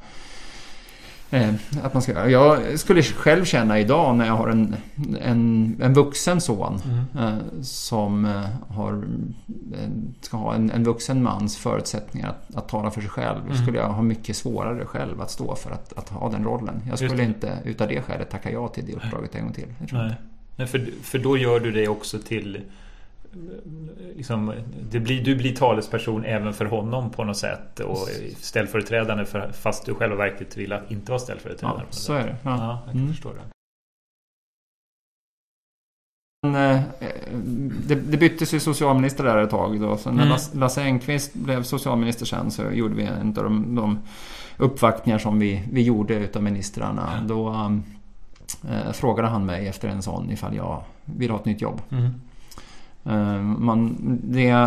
Att man ska, jag skulle själv känna idag när jag har en, en, en vuxen son mm. eh, som eh, har, ska ha en, en vuxen mans förutsättningar att, att tala för sig själv. Mm. Skulle jag ha mycket svårare själv att stå för att, att ha den rollen. Jag skulle inte utav det skälet tacka ja till det uppdraget en gång till. Jag tror Nej. Nej, för, för då gör du det också till liksom, det blir, du blir talesperson även för honom på något sätt och ställföreträdande för, fast du själv verkligen vill att inte vara ställföreträdande. Ja, så är det. Ja. Ja, jag kan mm. förstå det. Det, det byttes ju socialminister där ett tag då. Så när mm. Lasse Engqvist blev socialminister sen så gjorde vi en av de, de uppvaktningar som vi, vi gjorde utav ministrarna. Ja. Då äh, frågade han mig efter en sån ifall jag vill ha ett nytt jobb. Mm. Man, det,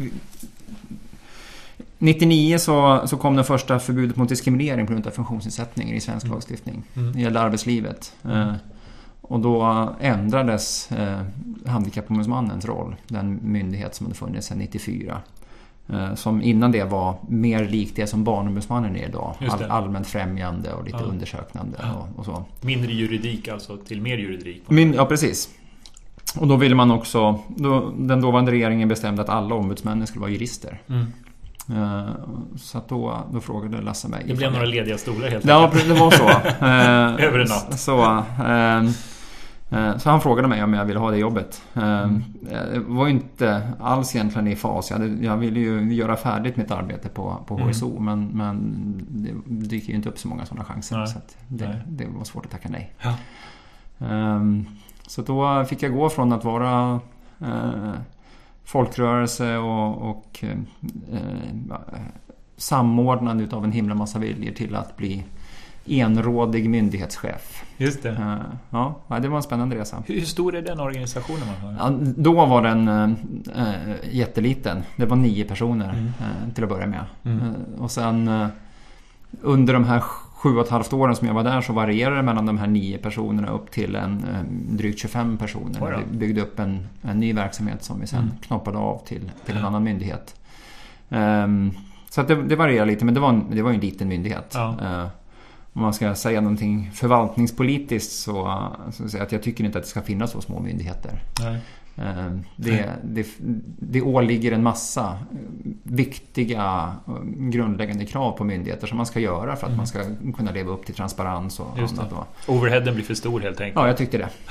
nittionio så, så kom det första förbudet mot diskriminering på grund av funktionsnedsättning i svensk mm. lagstiftning. Mm. Det gällde arbetslivet. Mm. Eh, och då ändrades eh, handikappombudsmannens roll, den myndighet som hade funnits sedan nittiofyra. Eh, som innan det var mer likt det som barnombudsmannen är idag. All, allmänt främjande och lite ja. undersökande ja. Och, och så. Mindre juridik alltså till mer juridik. Min, ja, precis. Och då ville man också, då, den dåvarande regeringen bestämde att alla ombudsmännen skulle vara jurister. Mm. Uh, så att då, då frågade Lasse mig. Det blev några lediga stolar helt ja, enkelt. Ja, det var så. Uh, Över en natt. Så, uh, uh, så han frågade mig om jag ville ha det jobbet. Uh, mm. Det var ju inte alls egentligen i fas. Jag, hade, jag ville ju göra färdigt mitt arbete på, på H S O. Mm. Men, men det dyker ju inte upp så många sådana chanser. Nej. Så att det, det var svårt att tacka nej. Ja. Um, Så då fick jag gå från att vara eh, folkrörelse och, och eh, samordnande utav en himla massa viljor till att bli enrådig myndighetschef. Just det. Eh, ja, det var en spännande resa. Hur stor är den organisationen man har? Ja, då var den eh, jätteliten. Det var nio personer mm. eh, till att börja med. Mm. Eh, och sen eh, under de här sju och ett halvt åren som jag var där så varierade det mellan de här nio personerna upp till en eh, drygt tjugofem personer. Vi byggde upp en, en ny verksamhet som vi sen mm. knoppade av till, till en annan myndighet. Um, så att det, det varierar lite, men det var en, det var en liten myndighet. Ja. Uh, om man ska säga någonting förvaltningspolitiskt så, så säga att jag tycker inte att det ska finnas så små myndigheter. Nej. Det, det, det åligger en massa viktiga grundläggande krav på myndigheter som man ska göra för att mm. man ska kunna leva upp till transparens och Just annat. Det. Overheaden blir för stor helt enkelt. Ja, jag tyckte det. Ja.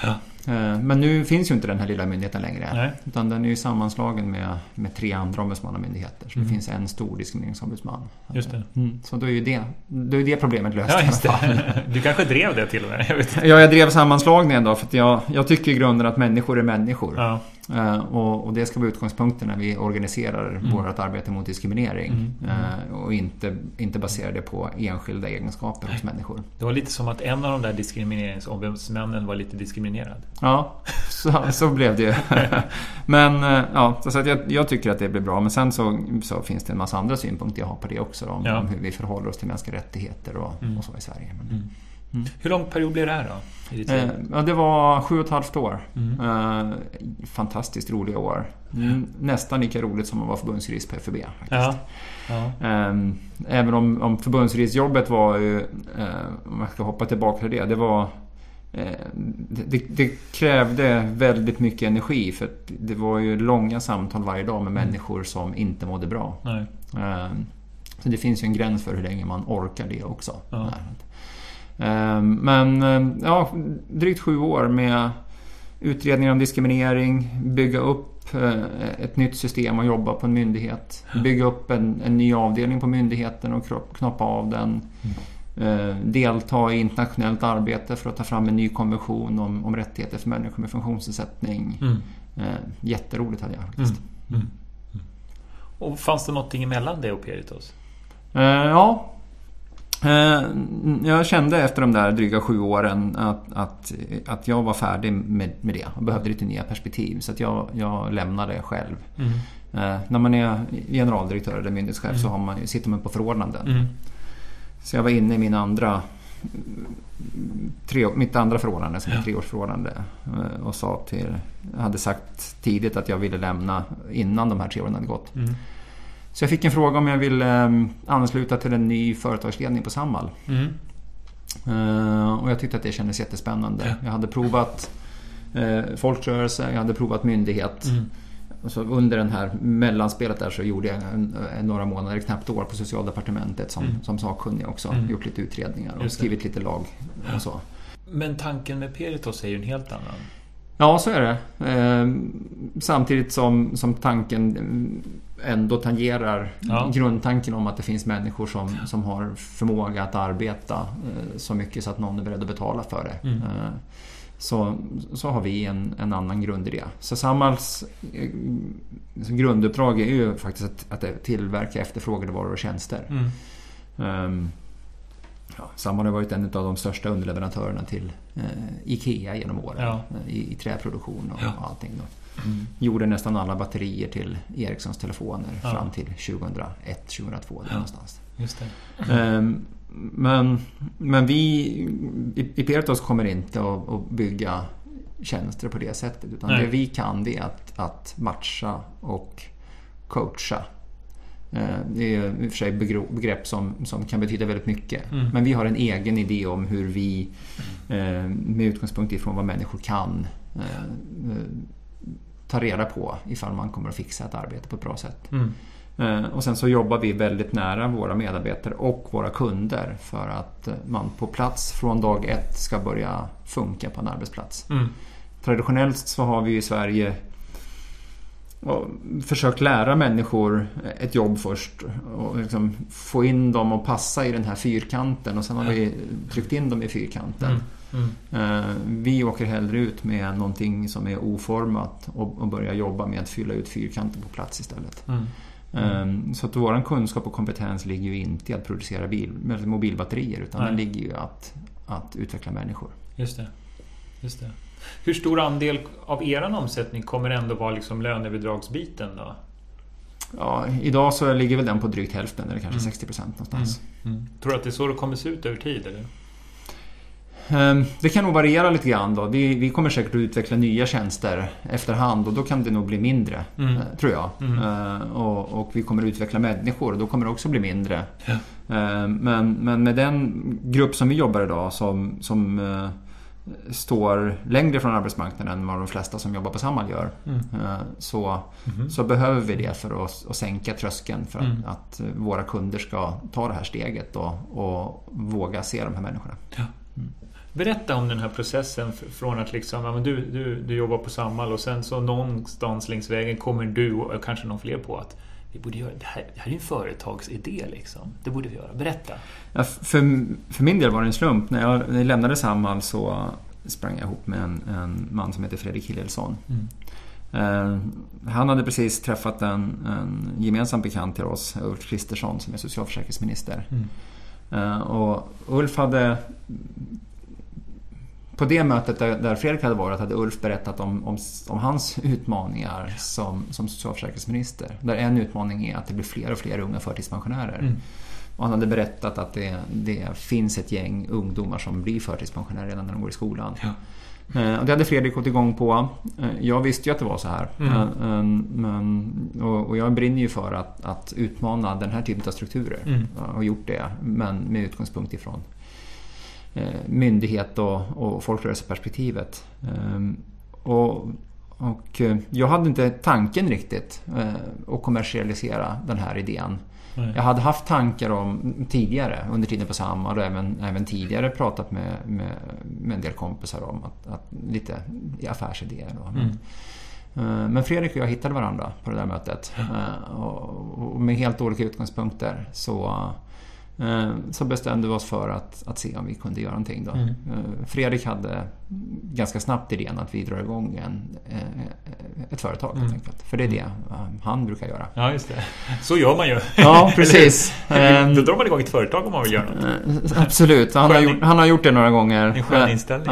Men nu finns ju inte den här lilla myndigheten längre. Nej. Utan den är ju sammanslagen med, med tre andra ombudsmannamyndigheter. Så Mm. det finns en stor diskrimineringsombudsman. Just det. Mm. Så då är ju det, då är det problemet löst. Ja, just i alla fall. det. Du kanske drev det till och med. Jag vet inte. Ja, jag drev sammanslagningen då för att jag, jag tycker i grunden att människor är människor. Ja. Uh, och, och det ska vara utgångspunkten när vi organiserar Mm. vårt arbete mot diskriminering. Mm. Mm. Uh, och inte, inte basera det på enskilda egenskaper hos människor. Det var lite som att en av de där diskrimineringsombudsmännen var lite diskriminerad. Ja, så, så blev det ju. Men uh, ja, så att jag, jag tycker att det blir bra. Men sen så, så finns det en massa andra synpunkter jag har på det också. Om, Ja. om hur vi förhåller oss till mänskliga rättigheter och, Mm. och så i Sverige. Men, Mm. Mm. Hur lång period blev det här då? I ditt liv? Eh, ja, det var sju och ett halvt år. Mm. Eh, fantastiskt roliga år. Mm, nästan lika roligt som att vara förbundsjurist på F U B. Faktiskt. Ja. Ja. Eh, även om, om förbundsjuristjobbet var ju, eh, om jag ska hoppa tillbaka till det, det var eh, det, det krävde väldigt mycket energi för att det var ju långa samtal varje dag med Mm. människor som inte mådde bra. Nej. Eh, så det finns ju en gräns för hur länge man orkar det också. Ja. Men ja, drygt sju år med utredningar om diskriminering, bygga upp ett nytt system och jobba på en myndighet. Bygga upp en, en ny avdelning på myndigheten och knoppa av den. Mm. Delta i internationellt arbete för att ta fram en ny konvention om, om rättigheter för människor med funktionsnedsättning. Mm. Jätteroligt hade jag faktiskt. Mm. Mm. Mm. Och fanns det någonting emellan det och Peritos? Ja. Jag kände efter de där dryga sju åren att, att, att jag var färdig med, med det och behövde lite nya perspektiv så att jag, jag lämnade själv. Mm. Eh, när man är generaldirektör eller myndighetschef mm. så har man, sitter man på förordnanden. Mm. Så jag var inne i min andra tre, mitt andra förordnande som är ja. treårsförordnande och sa till, jag hade sagt tidigt att jag ville lämna innan de här tre åren hade gått. Mm. Så jag fick en fråga om jag ville ansluta till en ny företagsledning på Samhall. Mm. Uh, och jag tyckte att det kändes jättespännande. Ja. Jag hade provat uh, folkrörelse, jag hade provat myndighet. Mm. Och så under den här mellanspelet där så gjorde jag en, en, några månader, knappt år på Socialdepartementet som, mm. som sakkunnig också. Mm. Gjort lite utredningar och skrivit lite lag och så. Men tanken med Peritos är ju en helt annan. Ja, så är det. Eh, samtidigt som, som tanken ändå tangerar ja. grundtanken om att det finns människor som, som har förmåga att arbeta eh, så mycket så att någon är beredd att betala för det. Mm. Eh, så, så har vi en, en annan grundidé. Så Samhalls eh, grunduppdrag är ju faktiskt att, att tillverka efterfrågade varor och tjänster. Mm. Eh, Ja, Samhall har varit en av de största underleverantörerna till eh, IKEA genom åren ja. i, i träproduktion och, ja. och allting. Då. Mm. Gjorde nästan alla batterier till Ericssons telefoner ja. fram till tjugohundraett tjugohundratvå där ja. någonstans. Just det. Mm. Eh, men, men vi i, i Peritos kommer inte att, att bygga tjänster på det sättet utan Nej. det vi kan det är att, att matcha och coacha. Det är i och för sig begrepp som, som kan betyda väldigt mycket. Mm. Men vi har en egen idé om hur vi med utgångspunkt ifrån vad människor kan ta reda på ifall man kommer att fixa ett arbete på ett bra sätt. Mm. Och sen så jobbar vi väldigt nära våra medarbetare och våra kunder för att man på plats från dag ett ska börja funka på en arbetsplats. Mm. Traditionellt så har vi i Sverige och försökt lära människor ett jobb först och liksom få in dem och passa i den här fyrkanten och sen har vi tryckt in dem i fyrkanten. Mm. Mm. Vi åker hellre ut med någonting som är oformat och, och börjar jobba med att fylla ut fyrkanten på plats istället. Mm. Mm. Så att vår kunskap och kompetens ligger ju inte i att producera bil, mobilbatterier utan Nej. den ligger ju att, att utveckla människor. Just det. Just det. Hur stor andel av er omsättning kommer ändå vara liksom lönebidragsbiten då? Ja, idag så ligger väl den på drygt hälften eller kanske mm. sextio procent någonstans. Mm. Mm. Tror du att det är så det kommer se ut över tid eller? Det kan nog variera lite grann då. Vi, vi kommer säkert att utveckla nya tjänster efterhand och då kan det nog bli mindre, mm. tror jag. Mm. Och, och vi kommer att utveckla människor och då kommer det också bli mindre. Ja. Men, men med den grupp som vi jobbar idag som, som står längre från arbetsmarknaden än vad de flesta som jobbar på Samhall gör. Mm. Så, mm. så behöver vi det för att, att sänka tröskeln för mm. att, att våra kunder ska ta det här steget och, och våga se de här människorna. Ja. Mm. Berätta om den här processen från att liksom, ja, men du, du, du jobbar på Samhall och sen så någonstans längs vägen kommer du och kanske någon fler på att vi borde göra, det här, det här är en företagsidé liksom. Det borde vi göra. Berätta. Ja, för, för min del var det en slump. När jag, när jag lämnade Samhall så sprang jag ihop med en, en man som heter Fredrik Hillelsson. Mm. Eh, han hade precis träffat en, en gemensam bekant till oss, Ulf Kristersson, som är socialförsäkringsminister. Mm. Eh, och Ulf hade... På det mötet där, där Fredrik hade varit hade Ulf berättat om, om, om hans utmaningar som, som socialförsäkringsminister. Där en utmaning är att det blir fler och fler unga förtidspensionärer. Mm. Och han hade berättat att det, det finns ett gäng ungdomar som blir förtidspensionärer redan när de går i skolan. Ja. Eh, och det hade Fredrik gått igång på. Eh, jag visste ju att det var så här. Mm. Eh, men, och, och jag brinner ju för att, att utmana den här typen av strukturer. Mm. Och gjort det, men med utgångspunkt ifrån myndighet och, och folkrörelseperspektivet. Ehm, och, och jag hade inte tanken riktigt eh, att kommersialisera den här idén. Nej. Jag hade haft tankar om tidigare, under tiden på Samhall och även, även tidigare pratat med, med, med en del kompisar om att, att lite affärsidéer. Då. Mm. Men, men Fredrik och jag hittade varandra på det där mötet. Mm. Och, och med helt olika utgångspunkter så så bestämde vi oss för att, att se om vi kunde göra någonting då. Mm. Fredrik hade ganska snabbt idén att vi drar igång en, ett företag helt mm. enkelt. För det är det han brukar göra. Ja, just det. Så gör man ju. Ja, precis. Då drar man igång ett företag om man vill göra något. Absolut. Han har, gjort, han har gjort det några gånger. En skön inställning.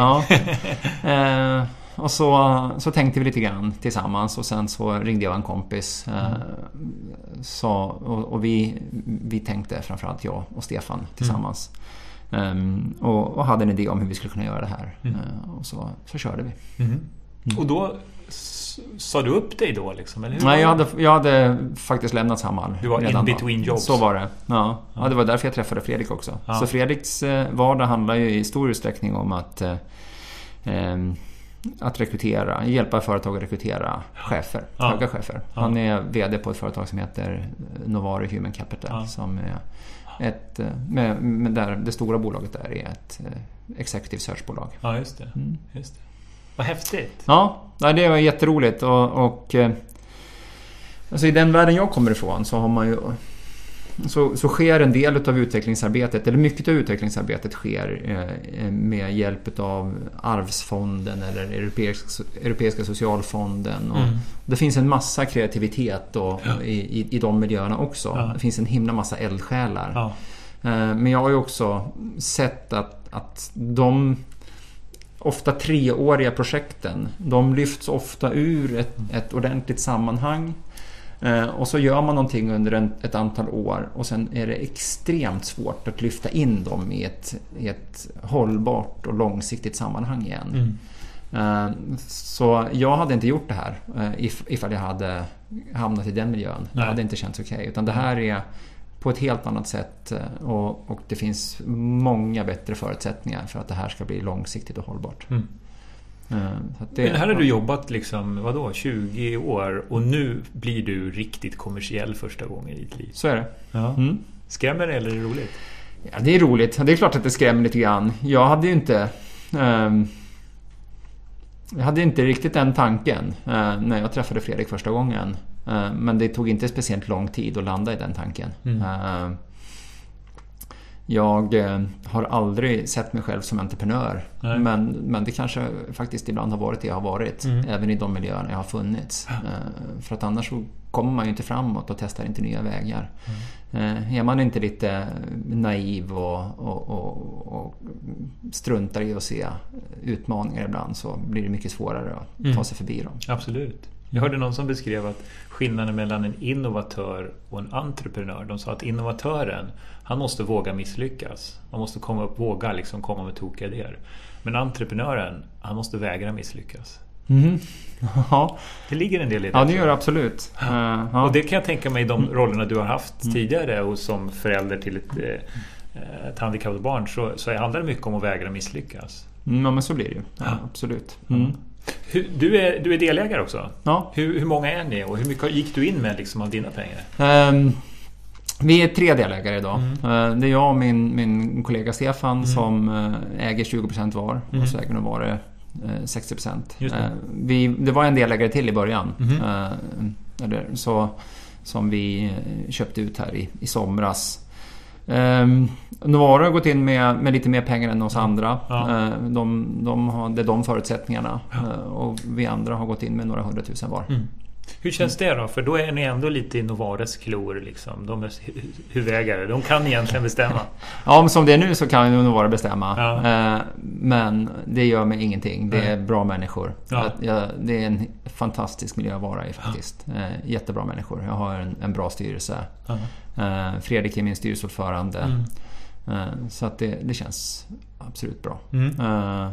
Ja. Och så, så tänkte vi lite grann tillsammans och sen så ringde jag en kompis mm. eh, så, och, och vi, vi tänkte framförallt jag och Stefan tillsammans mm. um, och, och hade en idé om hur vi skulle kunna göra det här mm. uh, och så, så körde vi. Mm. Mm. Och då s- sa du upp dig då liksom? Eller hur? Nej, jag hade, jag hade faktiskt lämnat Samhall. Du var in between jobs. Så var det. Ja. Ja. Ja, det var därför jag träffade Fredrik också. Ja. Så Fredriks eh, vardag handlar ju i stor utsträckning om att eh, eh, att rekrytera, hjälpa företag att rekrytera chefer, ja. höga chefer. Ja. Han är vd på ett företag som heter Novare Human Capital ja. som är ett, med, med där det stora bolaget där är ett executive search-bolag. Ja, just det. Mm. Just det. Vad häftigt. Ja, det var jätteroligt och, och alltså i den världen jag kommer ifrån så har man ju Så, så sker en del av utvecklingsarbetet, eller mycket av utvecklingsarbetet sker eh, med hjälp av Arvsfonden eller Europeiska, Europeiska socialfonden. Och mm. det finns en massa kreativitet och, ja. i, i, i de miljöerna också. Ja. Det finns en himla massa eldsjälar. Ja. Eh, men jag har ju också sett att, att de ofta treåriga projekten, de lyfts ofta ur ett, ett ordentligt sammanhang. Eh, och så gör man någonting under en, ett antal år och sen är det extremt svårt att lyfta in dem i ett, i ett hållbart och långsiktigt sammanhang igen. Mm. Eh, så jag hade inte gjort det här eh, if, ifall jag hade hamnat i den miljön. Nej. Det hade inte känts okej. Okay, utan det här är på ett helt annat sätt och, och det finns många bättre förutsättningar för att det här ska bli långsiktigt och hållbart. Mm. Så att det, Men här har du jobbat liksom, vadå, tjugo år och nu blir du riktigt kommersiell första gången i ditt liv. Så är det. Ja. Mm. Skrämmer det eller är det roligt? Ja, det är roligt. Det är klart att det skrämmer lite grann. Jag hade ju inte um, jag hade inte riktigt den tanken uh, när jag träffade Fredrik första gången. Uh, men det tog inte speciellt lång tid att landa i den tanken. Mm. Uh, Jag eh, har aldrig sett mig själv som entreprenör. Men, men det kanske faktiskt ibland har varit det jag har varit. Mm. Även i de miljöerna jag har funnits. Ja. Eh, för att annars så kommer man ju inte framåt och testar inte nya vägar. Mm. Eh, är man inte lite naiv och, och, och, och struntar i att se utmaningar ibland så blir det mycket svårare att mm. ta sig förbi dem. Absolut. Jag hörde någon som beskrev att skillnaden mellan en innovatör och en entreprenör, de sa att innovatören, han måste våga misslyckas. Man måste komma upp, våga liksom komma med tokiga idéer. Men entreprenören, han måste vägra misslyckas. Mm. Ja. Det ligger en del i det. Ja, det gör det absolut. Ja. Uh, och det kan jag tänka mig i de rollerna du har haft mm. tidigare och som förälder till ett, eh, ett handikappat barn så, så handlar det mycket om att vägra misslyckas. Mm, ja, men så blir det ju. Ja, ja. Absolut. Mm. Hur, du, är, du är delägare också? Ja. Hur, hur många är ni och hur mycket gick du in med liksom av dina pengar? Um, Vi är tre delägare idag. Mm. Det är jag och min, min kollega Stefan mm. som äger tjugo procent var. Mm. Och så äger de var det sextio procent. Just det. Vi, det var en delägare till i början. Mm. Eller så, som vi köpte ut här i, i somras. Um, Novara har gått in med, med lite mer pengar än oss andra. Ja. Uh, de, de har, det är de förutsättninningarna. Ja. Uh, och vi andra har gått in med några hundratusen var. Mm. Hur känns det då? För då är ni ändå lite i Novares klor liksom. De är huvudägare. De kan egentligen bestämma. Ja, men som det är nu så kan ju Novara bestämma. Ja. Uh, men det gör mig ingenting. Det är Nej. bra människor. Ja. Jag, det är en fantastisk miljö att vara i faktiskt. Ja. Uh, jättebra människor. Jag har en, en bra styrelse. Ja. Uh, Fredrik är min styrelseordförande. Mm. Uh, så att det, det känns absolut bra. Mm. Uh,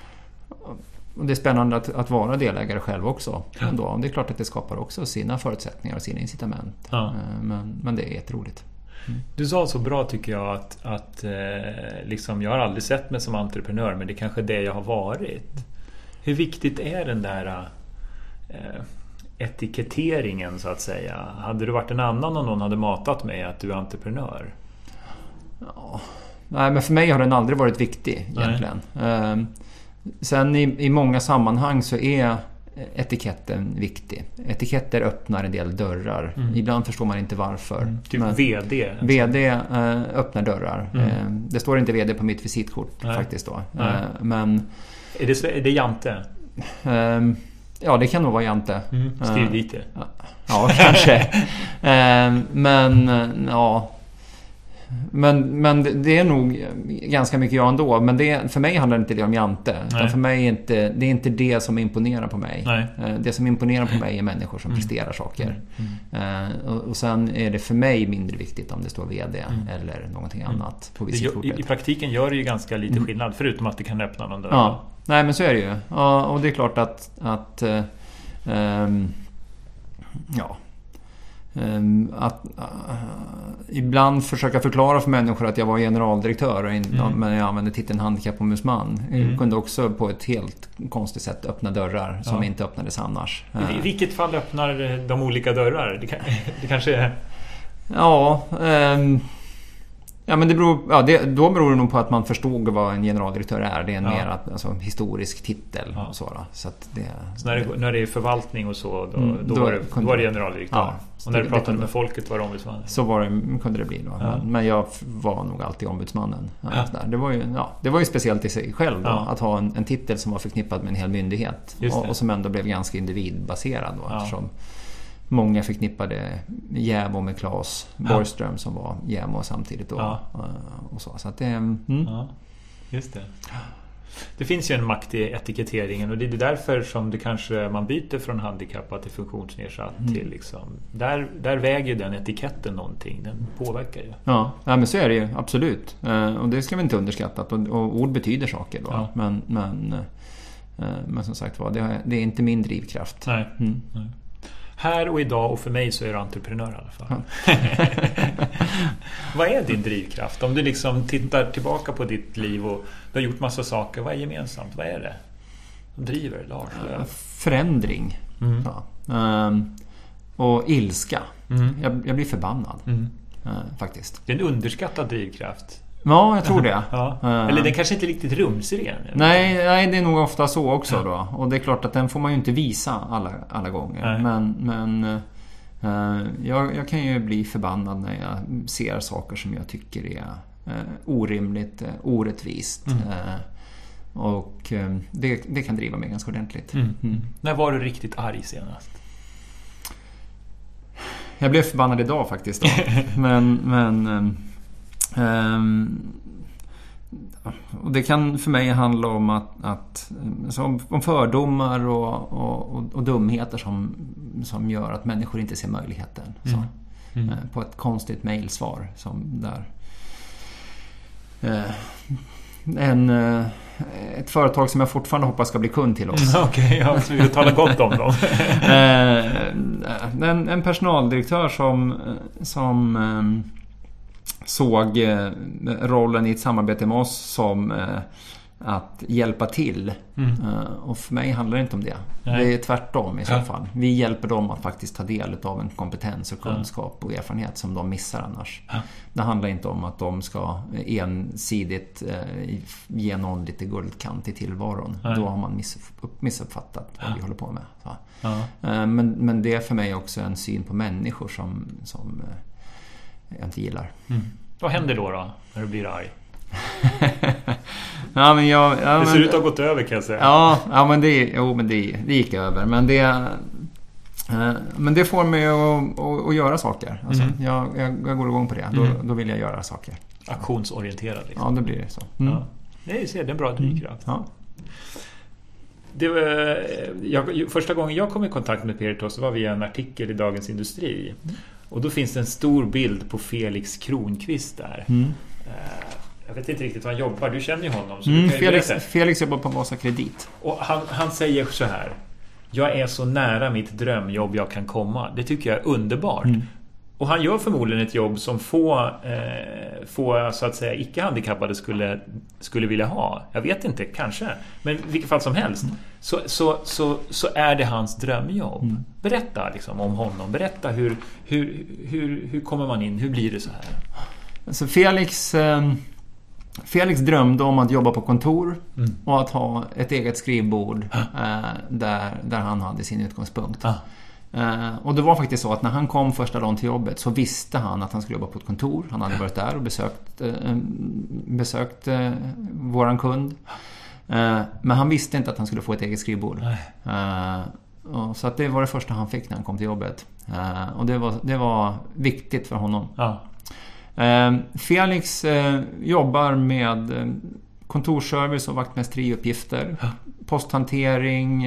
och det är spännande att, att vara delägare själv också. Ja. Ändå. Det är klart att det skapar också sina förutsättningar och sina incitament. Ja. Uh, men, men det är jätteroligt. Mm. Du sa så bra tycker jag att, att eh, liksom, jag har aldrig sett mig som entreprenör, men det är kanske det jag har varit. Hur viktigt är den där eh, etiketteringen så att säga? Hade du varit en annan och någon hade matat mig att du är entreprenör? Ja. Nej, men för mig har den aldrig varit viktig egentligen. Um, sen i, i många sammanhang så är etiketten viktig. Etiketter öppnar en del dörrar. Mm. Ibland förstår man inte varför. Mm. Typ men V D. V D eh, öppnar dörrar. Mm. Eh, det står inte V D på mitt visitkort. Nej. Faktiskt då. Eh, men är det, är det Jante? Eh, ja, det kan nog vara Jante. Mm. Skriv dit det. Eh, ja, kanske. eh, men ja. Men, men det är nog ganska mycket jag ändå. Men det, för mig handlar det inte det om Jante. Utan för mig är inte, det är inte det som imponerar på mig. Nej. Det som imponerar på mig är människor som mm. presterar saker. Mm. Mm. Och, och sen är det för mig mindre viktigt om det står V D mm. eller någonting mm. annat på visitkortet. I, I praktiken gör det ju ganska lite mm. skillnad. Förutom att det kan öppna någon dörr. Ja, nej men så är det ju. Ja, och det är klart att, att ähm, ja... Att uh, ibland försöka förklara för människor att jag var generaldirektör och in, mm. men jag använde titeln handikappombudsman. Mm. Jag kunde också på ett helt konstigt sätt öppna dörrar som ja. inte öppnades annars. I vilket fall öppnar de olika dörrar? Det, kan, det kanske är... Ja, um, ja men det beror, ja, det, då beror det nog på att man förstod vad en generaldirektör är. Det är en ja. mer alltså, historisk titel. Ja. Och så, då. Så, att det, så när, det, när det är förvaltning och så, då, mm, då, då, var, det, då var det generaldirektör. Ja, och när du pratade kunde, med folket var det ombudsman. Så var det, kunde det bli då. Ja. Men, men jag var nog alltid ombudsmannen. Ja. Det, var ju, ja, det var ju speciellt i sig själv då, ja. att ha en, en titel som var förknippad med en hel myndighet. Och, och som ändå blev ganska individbaserad då, ja. eftersom många förknippade Jämo med Claes Borgström ja. som var Jämo samtidigt då. Ja. Och så. Så att det, mm. ja, just det. Det finns ju en makt i etiketteringen och det är därför som det kanske man byter från handikappad till funktionsnedsatt mm. till liksom, där, där väger den etiketten någonting, den påverkar ju. Ja, ja men så är det ju, absolut. Och det ska vi inte underskatta och, och ord betyder saker då. Ja. Men, men, men som sagt var, det, det är inte min drivkraft. Nej, mm. nej. Här och idag och för mig så är du entreprenör i alla fall. Ja. Vad är din drivkraft? Om du liksom tittar tillbaka på ditt liv och du har gjort massa saker, vad är gemensamt? Vad är det som driver Lars? Ja, förändring. Mm. Ja. Um, och ilska. Mm. Jag, jag blir förbannad. Mm. Uh, faktiskt. Det är en underskattad drivkraft. Ja, jag tror det. Ja. Eller den kanske inte riktigt rumsren. Nej, nej, det är nog ofta så också ja. då. Och det är klart att den får man ju inte visa alla, alla gånger. Nej. Men, men uh, jag, jag kan ju bli förbannad när jag ser saker som jag tycker är uh, orimligt, uh, orättvist. Mm. Uh, och uh, det, det kan driva mig ganska ordentligt. Mm. Mm. När var du riktigt arg senast? Jag blev förbannad idag faktiskt. Då. men... men um, Um, och det kan för mig handla om att, att så, om fördomar och, och, och dumheter som, som gör att människor inte ser möjligheten så, mm. Mm. Uh, på ett konstigt mejlsvar som där uh, en, uh, ett företag som jag fortfarande hoppas ska bli kund till oss. Mm, Okej, okay, ja, så vi talar gott om dem. uh, en, en personaldirektör som som um, såg rollen i ett samarbete med oss som att hjälpa till. Mm. Uh, och för mig handlar det inte om det. Nej. Det är tvärtom i så Ja. fall. Vi hjälper dem att faktiskt ta del av en kompetens och kunskap och erfarenhet som de missar annars. Ja. Det handlar inte om att de ska ensidigt uh, ge någon lite guldkant i tillvaron. Nej. Då har man missupp- missuppfattat vad Ja. vi håller på med. Så. Ja. Uh, men, men det är för mig också en syn på människor som, som uh, jag inte gillar. Mm. Vad händer då då när du blir arg? ja, men jag, ja, Det ser men, ut att ha gått över, kan jag säga. Ja, ja men, det, jo, men det, det gick över. Men det, eh, men det får mig att, att, att göra saker. Alltså, Mm. jag, jag, jag går igång på det. Då, Mm. då vill jag göra saker. Aktionsorienterad liksom. Ja, då blir det så. Mm. Ja. Nej, ser, det är en bra drivkraft. Ja. Det var, jag, första gången jag kom i kontakt med Peritos var via en artikel i Dagens Industri. Mm. Och då finns det en stor bild på Felix Kronqvist där. Mm. Eh, Jag vet inte riktigt var han jobbar. Du känner ju honom. Så Mm, du kan ju Felix, berätta. Felix jobbar på Vasa Kredit. Och han, han säger så här: jag är så nära mitt drömjobb jag kan komma. Det tycker jag är underbart. Mm. Och han gör förmodligen ett jobb som få, eh, få så att säga icke-handikappade skulle, skulle vilja ha. Jag vet inte, kanske. Men i vilket fall som helst. Mm. Så, så, så, så är det hans drömjobb. Mm. Berätta liksom om honom. Berätta hur, hur, hur, hur kommer man in? Hur blir det så här? Alltså Felix, eh, Felix drömde om att jobba på kontor Mm. och att ha ett eget skrivbord eh, där, där han hade sin utgångspunkt. Ah. Eh, och det var faktiskt så att när han kom första dagen till jobbet så visste han att han skulle jobba på ett kontor. Han hade varit där och besökt, eh, besökt eh, våran kund. Eh, men han visste inte att han skulle få ett eget skrivbord. Eh, och så att det var det första han fick när han kom till jobbet. Eh, och det var, det var viktigt för honom. Ah. Eh, Felix eh, jobbar med eh, kontorsservice och vaktmästeriuppgifter, Ja. posthantering,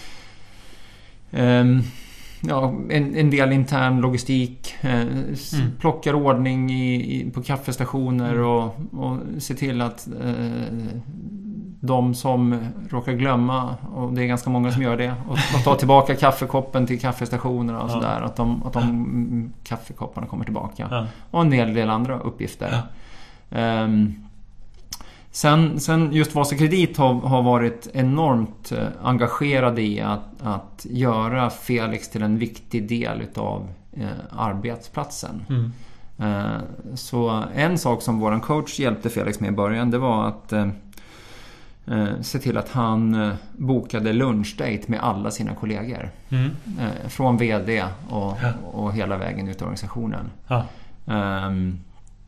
eh, ja, en, en del intern logistik, eh, s- Mm. plockar ordning i, i, på kaffestationer Mm. och, och ser till att eh, de som råkar glömma, och det är ganska många som gör det, och, och tar tillbaka kaffekoppen till kaffestationerna och Ja. sådär, att de, att de kaffekopparna kommer tillbaka. Ja. Och en hel del andra uppgifter. Ehm, sen, sen just Vasa Kredit har, har varit enormt eh, engagerade i att, att göra Felix till en viktig del utav eh, arbetsplatsen. Mm. Eh, så en sak som våran coach hjälpte Felix med i början, det var att eh, eh, se till att han eh, bokade lunchdate med alla sina kollegor. Mm. Eh, från vd och, Ja. och hela vägen ut i organisationen. Ja. Um,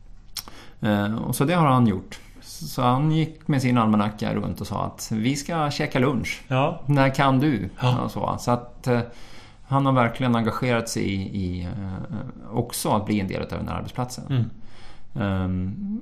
uh, och så det har han gjort. Så han gick med sin almanacka runt och sa att vi ska käka lunch. Ja. När kan du? Ja. Och så så att uh, han har verkligen engagerat sig i, i uh, också att bli en del av den här arbetsplatsen. Mm. Um,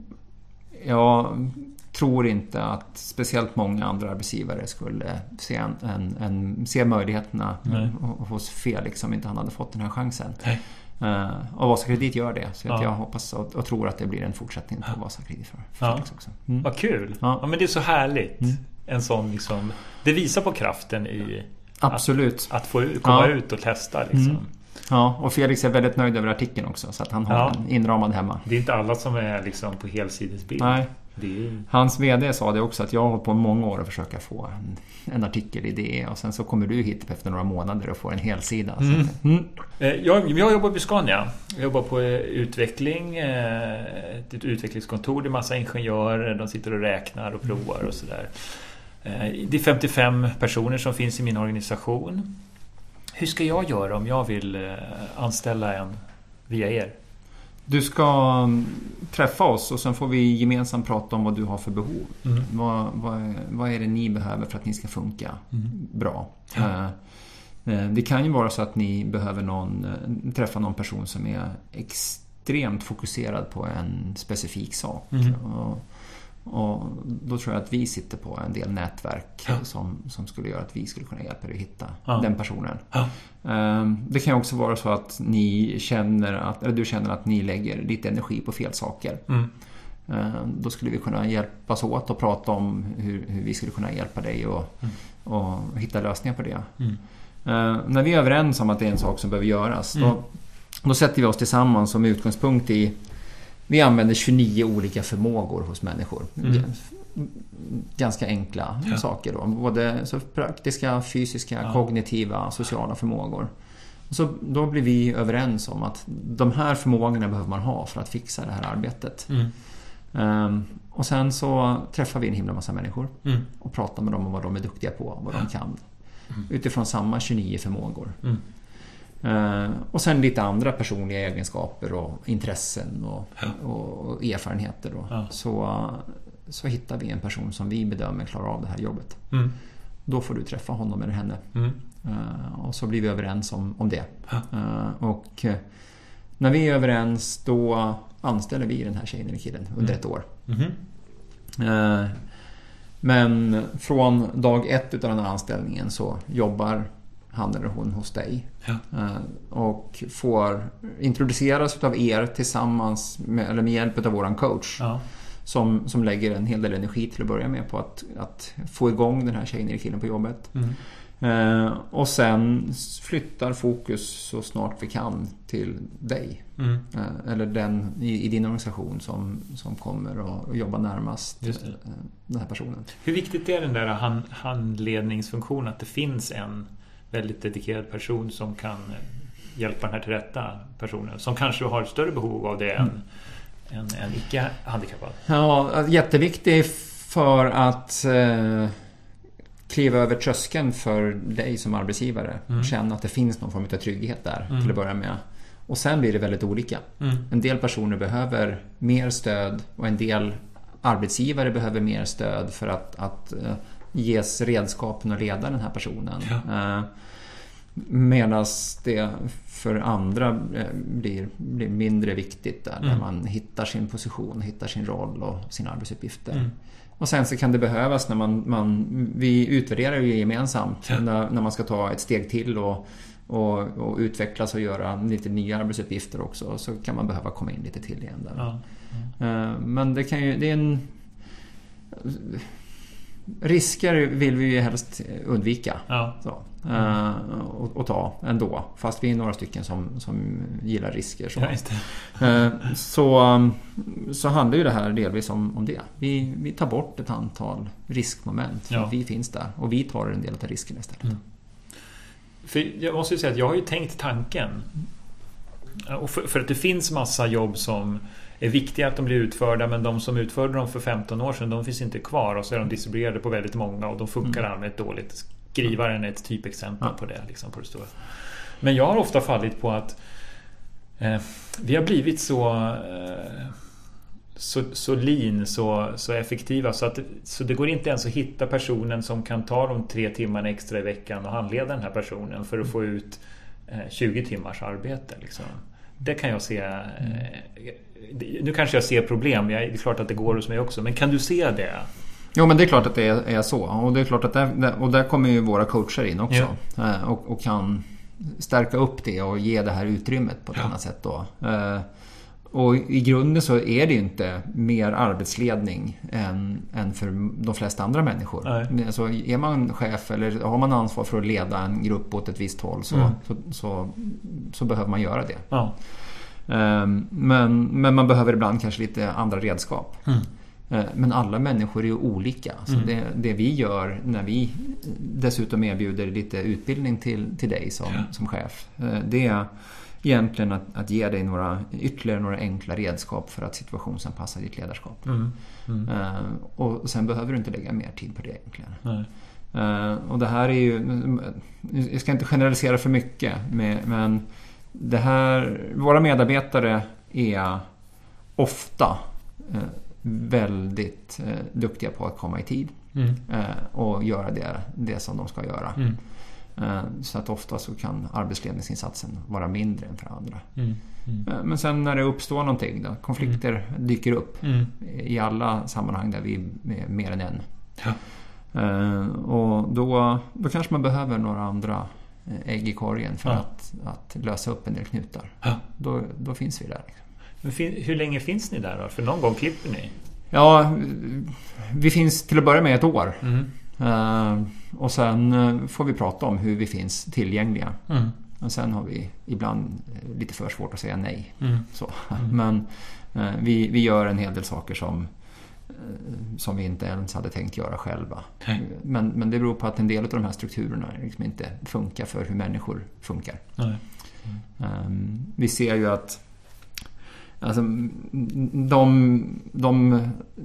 jag tror inte att speciellt många andra arbetsgivare skulle se, en, en, en, se möjligheterna Nej. hos Felix om inte han hade fått den här chansen. Nej. Uh, och Vasa Kredit gör det. Så att Ja. jag hoppas och, och tror att det blir en fortsättning på Vasa Kredit för, för Ja. Felix också. Mm. Vad kul. Ja. Ja, men det är så härligt. Mm. En sån liksom, det visar på kraften i Absolut. att få ut, komma Ja. ut och testa liksom. Mm. Ja, och Felix är väldigt nöjd över artikeln också, så att han har Ja. den inramad hemma. Det är inte alla som är liksom på helsidesbild. Nej. Det är... Hans vd sa det också, att jag har hållit på många år att försöka få en, en artikel i det, och sen så kommer du hit efter några månader och får en hel sida. Mm. Så att, mm. Eh, Jag, jag jobbar på Scania. Jag jobbar på eh, utveckling, eh, ett utvecklingskontor. Det är massa ingenjörer, de sitter och räknar och provar och sådär. Eh, Det är femtiofem personer som finns i min organisation. Hur ska jag göra om jag vill eh, anställa en via er? Du ska um, träffa oss och sen får vi gemensamt prata om vad du har för behov. Mm. Vad, vad, vad är det ni behöver för att ni ska funka Mm. bra? Ja. Eh, eh, Det kan ju vara så att ni behöver någon, eh, träffa någon person som är extremt fokuserad på en specifik sak. Mm. Och, och då tror jag att vi sitter på en del nätverk Ja. som, som skulle göra att vi skulle kunna hjälpa dig att hitta Ja. den personen. Ja. Um, Det kan ju också vara så att ni känner att, eller du känner att ni lägger lite energi på fel saker. Mm. Um, Då skulle vi kunna hjälpas åt och prata om hur, hur vi skulle kunna hjälpa dig och, Mm. och hitta lösningar på det. Mm. Uh, när vi är överens om att det är en sak som behöver göras, Mm. då, då sätter vi oss tillsammans som utgångspunkt i vi använder tjugonio olika förmågor hos människor. Mm. Ganska enkla ja. saker då. Både så praktiska, fysiska, ja. kognitiva, sociala förmågor. Och så då blir vi överens om att de här förmågorna behöver man ha för att fixa det här arbetet. Mm. Um, och sen så träffar vi en himla massa människor mm. och pratar med dem om vad de är duktiga på, vad ja. de kan. Mm. Utifrån samma tjugonio förmågor. Mm. Uh, och sen lite andra personliga egenskaper och intressen och, ja. och, och erfarenheter då. Ja. Så, så hittar vi en person som vi bedömer klarar av det här jobbet. Mm. Då får du träffa honom eller henne. Mm. Uh, och så blir vi överens om, om det. Ja. Uh, och uh, när vi är överens då anställer vi den här tjejen eller killen under mm. ett år. Mm. Uh, men från dag ett utav den här anställningen så jobbar han eller hon hos dig. Ja. Uh, och får introduceras utav er tillsammans med, eller med hjälp av våran coach. Ja. Som, som lägger en hel del energi till att börja med på att, att få igång den här tjejen eller killen på jobbet. Mm. Uh, och sen flyttar fokus så snart vi kan till dig. Mm. Uh, eller den i, i din organisation som, som kommer att jobba närmast uh, den här personen. Hur viktigt är den där hand, handledningsfunktionen, att det finns en väldigt dedikerad person som kan hjälpa den här till rätta personen, som kanske har ett större behov av det mm. än, än, än icke-handikappad? Ja, jätteviktig för att uh, kliva över tröskeln för dig som arbetsgivare. Mm. Känna att det finns någon form av trygghet där mm. till att börja med. Och sen blir det väldigt olika. Mm. En del personer behöver mer stöd och en del arbetsgivare behöver mer stöd för att, att uh, ges redskapen att leda den här personen. Ja. Uh, Medan det för andra uh, blir, blir mindre viktigt där, mm. där man hittar sin position, hittar sin roll och sina arbetsuppgifter. Mm. Och sen så kan det behövas när man, man vi utvärderar ju gemensamt ja. när, när man ska ta ett steg till och, och, och utvecklas och göra lite nya arbetsuppgifter också, så kan man behöva komma in lite till igen där. Ja. Mm. Men det kan ju, det är en risker vill vi ju helst undvika ja. så, mm. och, och ta ändå, fast vi är några stycken som, som gillar risker så. Ja, så, så handlar ju det här delvis om, om det. Vi, vi tar bort ett antal riskmoment för ja. vi finns där och vi tar en del av risken istället. Mm. För jag måste ju säga att jag har ju tänkt tanken, och för, för att det finns massa jobb som är viktiga att de blir utförda, men de som utförde dem för femton år sedan, de finns inte kvar, och så är de distribuerade på väldigt många och de funkar mm. allmänt dåligt. Skrivaren är ett typexempel ja. på det, liksom, på det stora. Men jag har ofta fallit på att eh, vi har blivit så eh, så, så lean, så, så effektiva så att så det går inte ens att hitta personen som kan ta de tre timmarna extra i veckan och handleda den här personen för att få ut eh, tjugo timmars arbete liksom. Det kan jag se eh, nu kanske jag ser problem, jag, det är klart att det går hos mig också, men kan du se det? Jo, men det är klart att det är, är så, och det är klart att det, och där kommer ju våra coacher in också ja. och, och kan stärka upp det och ge det här utrymmet på ett ja. annat sätt då. Och i grunden så är det ju inte mer arbetsledning än, än för de flesta andra människor. Nej. Alltså är man chef eller har man ansvar för att leda en grupp åt ett visst håll så, mm. så, så, så behöver man göra det. Ja. Men, men man behöver ibland kanske lite andra redskap. Mm. Men alla människor är ju olika. Så mm. det, det vi gör när vi dessutom erbjuder lite utbildning till, till dig som, ja. som chef, det är egentligen att, att ge dig några, ytterligare några enkla redskap för att situationsanpassa ditt ledarskap. Mm. Mm. Och sen behöver du inte lägga mer tid på det egentligen. Nej. Och det här är ju, jag ska inte generalisera för mycket, men det här, våra medarbetare är ofta väldigt eh, duktiga på att komma i tid mm. eh, och göra det, det som de ska göra. Mm. Eh, så att ofta så kan arbetsledningsinsatsen vara mindre än för andra. Mm. Mm. Eh, men sen när det uppstår någonting då, konflikter mm. dyker upp mm. i alla sammanhang där vi är mer än en. Ja. Eh, och då, då kanske man behöver några andra ägg i korgen för ja. att, att lösa upp en del knutar. Ja. Då, då finns vi där. Men hur länge finns ni där då? För någon gång klipper ni? Ja, vi finns till att börja med ett år. Mm. Uh, och sen får vi prata om hur vi finns tillgängliga. Mm. Och sen har vi ibland lite för svårt att säga nej. Mm. Så. Mm. Men eh, vi, vi gör en hel del saker som, eh, som vi inte ens hade tänkt göra själva. Nej. Men, men det beror på att en del av de här strukturerna liksom inte funkar för hur människor funkar. Nej. Mm. Um, vi ser ju att alltså, de, de,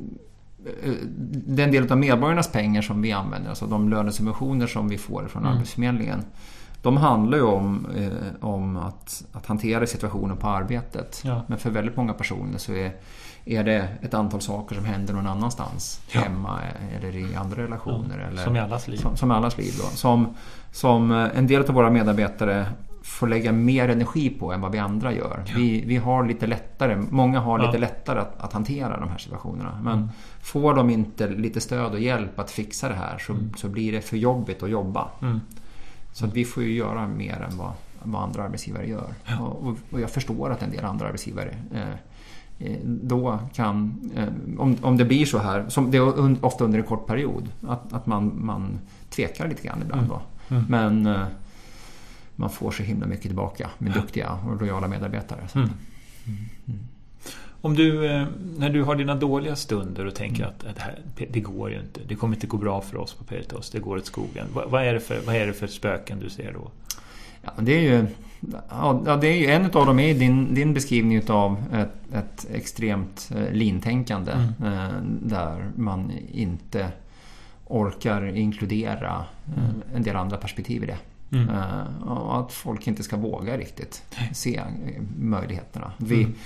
den del av medborgarnas pengar som vi använder, alltså de lönesubventioner som vi får från mm. Arbetsförmedlingen, de handlar ju om, eh, om att, att hantera situationen på arbetet. Ja. Men för väldigt många personer så är, är det ett antal saker som händer någon annanstans. Ja. Hemma eller i andra relationer. Ja. Eller, som i allas liv. Som, som i allas liv då. Som, som en del av våra medarbetare får lägga mer energi på än vad vi andra gör. Ja. Vi, vi har lite lättare, många har ja. lite lättare att, att hantera de här situationerna. Men mm. får de inte lite stöd och hjälp att fixa det här så, mm. så blir det för jobbigt att jobba. Mm. Så att vi får ju göra mer än vad, vad andra arbetsgivare gör. Ja. Och, och jag förstår att en del andra arbetsgivare eh, då kan, eh, om, om det blir så här, som det är ofta under en kort period, att, att man, man tvekar lite grann ibland då. Mm. Men eh, man får så himla mycket tillbaka med duktiga och lojala medarbetare. Så. Mm. Mm. Om du, när du har dina dåliga stunder och tänker att, att det, här, det går ju inte, det kommer inte gå bra för oss på Peritos, det går åt skogen. Vad, vad, är det för, vad är det för spöken du ser då? Ja, det är ju, ja, det är ju en av dem är din, din beskrivning av ett, ett extremt lintänkande mm. eh, där man inte orkar inkludera eh, mm. en del andra perspektiv i det. Mm. Uh, och att folk inte ska våga riktigt se möjligheterna. Vi, mm.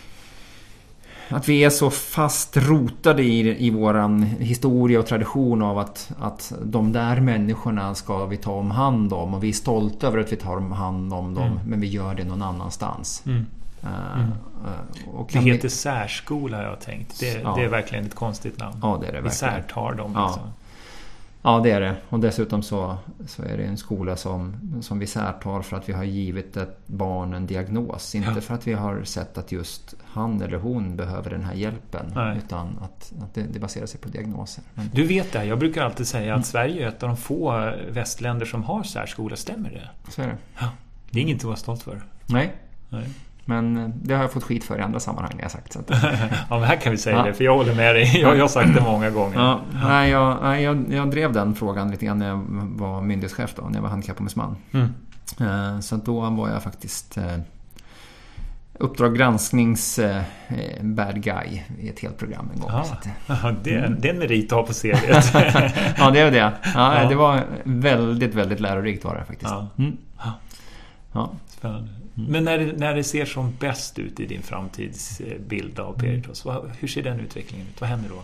Att vi är så fast rotade i, i våran historia och tradition av att, att de där människorna ska vi ta om hand om, och vi är stolta över att vi tar om hand om dem, mm. men vi gör det någon annanstans. Mm. Uh, mm. uh, och det heter vi... särskola har jag tänkt. Det, ja. det är verkligen ett konstigt namn. Ja, det är det verkligen. Vi särtar dem ja. liksom. Ja, det är det. Och dessutom så, så är det en skola som, som vi särtar för att vi har givit ett barn en diagnos. Inte ja. för att vi har sett att just han eller hon behöver den här hjälpen. Nej. Utan att, att det, det baserar sig på diagnoser. Men... Du vet det, jag brukar alltid säga att mm. Sverige är ett av de få västländer som har särskola. Stämmer det? Så är det. Ja. Det är inget att vara stolt för. Nej. Nej. Men det har jag fått skit för i andra sammanhang när jag sagt. Så att... ja, men här kan vi säga ja. det, för jag håller med dig. Jag, jag har sagt det många gånger. Ja, nej, jag, jag, jag drev den frågan lite grann när jag var myndighetschef då, när jag var handikappombudsman. Mm. Så då var jag faktiskt Uppdrag gransknings bad guy i ett helt program en gång. Ja, så att, ja, det, är, det är en merit att ha på C V:t. ja, det är det. Ja, ja. Det var väldigt, väldigt lärorikt var det faktiskt. Ja. Mm. Ja. Spännande. Mm. Men när det, när det ser som bäst ut i din framtidsbild av Peritos, vad, hur ser den utvecklingen ut? Vad händer då?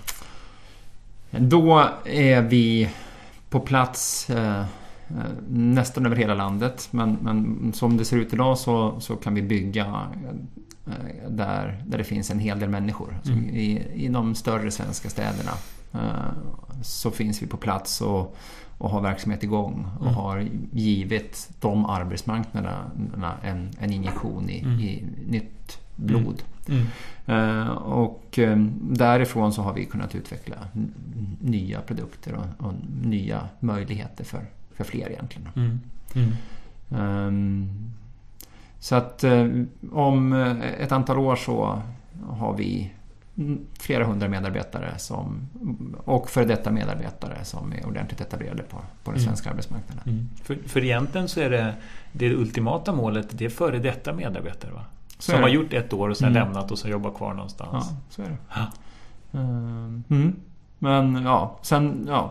Då är vi på plats eh, nästan över hela landet. Men, men som det ser ut idag så, så kan vi bygga eh, där, där det finns en hel del människor. Mm. I, I de större svenska städerna eh, så finns vi på plats och och har verksamhet igång och mm. har givit de arbetsmarknaderna en, en injektion i, mm. i nytt blod. Mm. Mm. Uh, och um, därifrån så har vi kunnat utveckla n- nya produkter och, och nya möjligheter för, för fler egentligen. Mm. Mm. Um, så att uh, om ett antal år så har vi flera hundra medarbetare som, och för detta medarbetare som är ordentligt etablerade på, på den svenska mm. arbetsmarknaden. Mm. För, för egentligen så är det det ultimata målet, det är före detta medarbetare, va? Så som har gjort ett år och sen mm. lämnat och så jobbar kvar någonstans. Ja, så är det. Ja. Mm. Men ja, sen ja.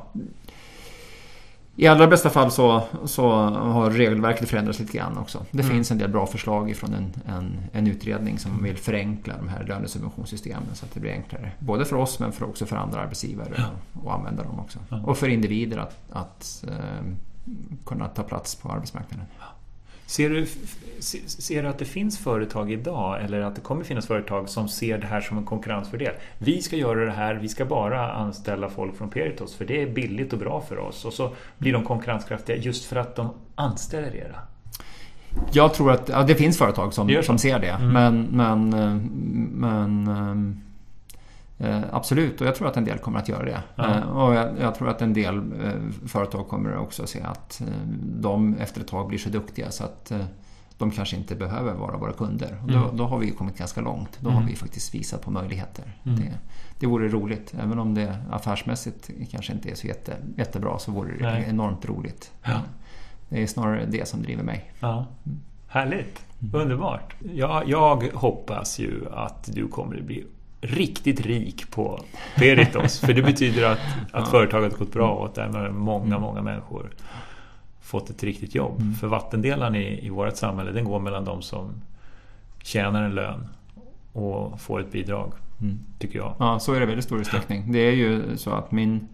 I allra bästa fall så, så har regelverket förändrats lite grann också. Det mm. finns en del bra förslag från en, en, en utredning som vill förenkla de här lönesubventionssystemen så att det blir enklare. Både för oss men för också för andra arbetsgivare ja. och, och använda dem också. Ja. Och för individer att, att eh, kunna ta plats på arbetsmarknaden. Ja. Ser du, ser du att det finns företag idag eller att det kommer finnas företag som ser det här som en konkurrensfördel? Vi ska göra det här, vi ska bara anställa folk från Peritos för det är billigt och bra för oss och så blir de konkurrenskraftiga just för att de anställer era. Jag tror att ja, det finns företag som, som ser det mm. men, men, men Eh, absolut, och jag tror att en del kommer att göra det. Ja. Eh, och jag, jag tror att en del eh, företag kommer också att se att eh, de efter ett tag blir så duktiga så att eh, de kanske inte behöver vara våra kunder. Och då, Mm. då har vi kommit ganska långt. Då Mm. har vi faktiskt visat på möjligheter. Mm. Det, det vore roligt. Även om det affärsmässigt kanske inte är så jätte, jättebra så vore det Nej. enormt roligt. Ja. Det är snarare det som driver mig. Ja. Härligt, underbart. Jag, jag hoppas ju att du kommer att bli riktigt rik på Peritos. För det betyder att, att Ja. företaget gått bra och att där många, många människor fått ett riktigt jobb. Mm. För vattendelaren i, i vårt samhälle, den går mellan de som tjänar en lön och får ett bidrag, Mm. tycker jag. Ja, så är det väldigt stor utsträckning. Det är ju så att min...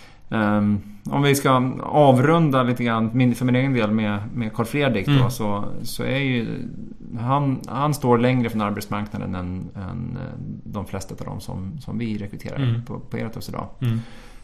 Um, om vi ska avrunda lite grann min, för min egen del med, med Carl Fredrik då, Mm. så, så är ju han, han står längre från arbetsmarknaden än, än de flesta av dem som, som vi rekryterar Mm. på, på Eritos idag. Mm.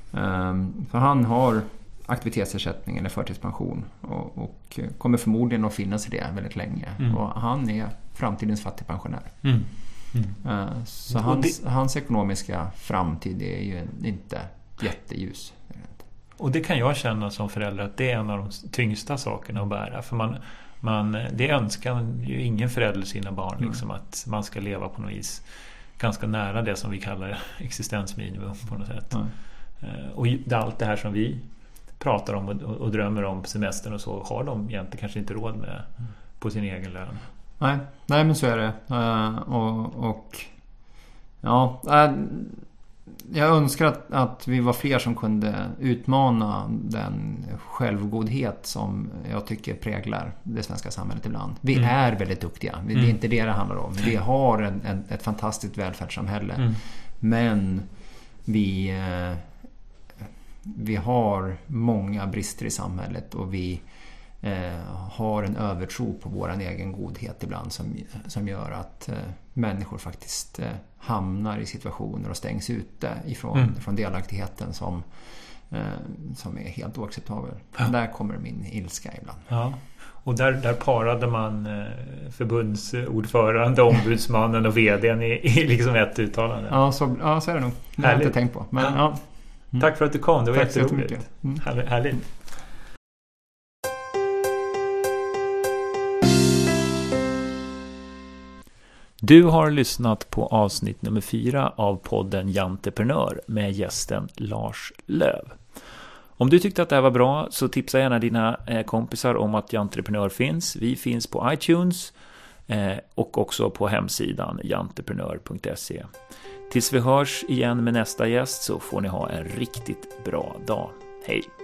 Um, för han har aktivitetsersättning eller förtidspension och, och kommer förmodligen att finnas i det väldigt länge. Mm. Och han är framtidens fattigpensionär. Mm. Mm. Uh, så Och hans, det- hans ekonomiska framtid är ju inte jätteljus. Och det kan jag känna som förälder att det är en av de tyngsta sakerna att bära. För man, man, det önskar ju ingen förälder sina barn liksom, att man ska leva på något vis ganska nära det som vi kallar existensminimum på något sätt. Mm. Eh, Och det- allt det här som vi pratar om och, och drömmer om på semestern och så har de egentligen kanske inte råd med på sin egen lön. Nej, nej men så är det. Uh, och, och ja, uh, jag önskar att, att vi var fler som kunde utmana den självgodhet som jag tycker präglar det svenska samhället ibland. Vi Mm. är väldigt duktiga. Det är Mm. inte det det handlar om. Vi har en, en, ett fantastiskt välfärdssamhälle. Mm. Men vi, eh, vi har många brister i samhället och vi eh, har en övertro på vår egen godhet ibland som, som gör att eh, människor faktiskt eh, hamnar i situationer och stängs ute ifrån Mm. från delaktigheten som, eh, som är helt oacceptabel. Ja. Där kommer min ilska ibland. Ja. Och där, där parade man eh, förbundsordförande, ombudsmannen och vdn i, i liksom ett uttalande. Ja, så, ja, så är det nog. Det har jag Härligt. inte tänkt på. Men, Ja. ja. Mm. Tack för att du kom, det var Tack så jätteroligt. jättemycket. Mm. Härligt. härligt. Du har lyssnat på avsnitt nummer fyra av podden Janteprenör med gästen Lars Löv. Om du tyckte att det här var bra så tipsa gärna dina eh, kompisar om att Janteprenör finns. Vi finns på iTunes eh, och också på hemsidan janteprenör punkt se. Tills vi hörs igen med nästa gäst så får ni ha en riktigt bra dag. Hej!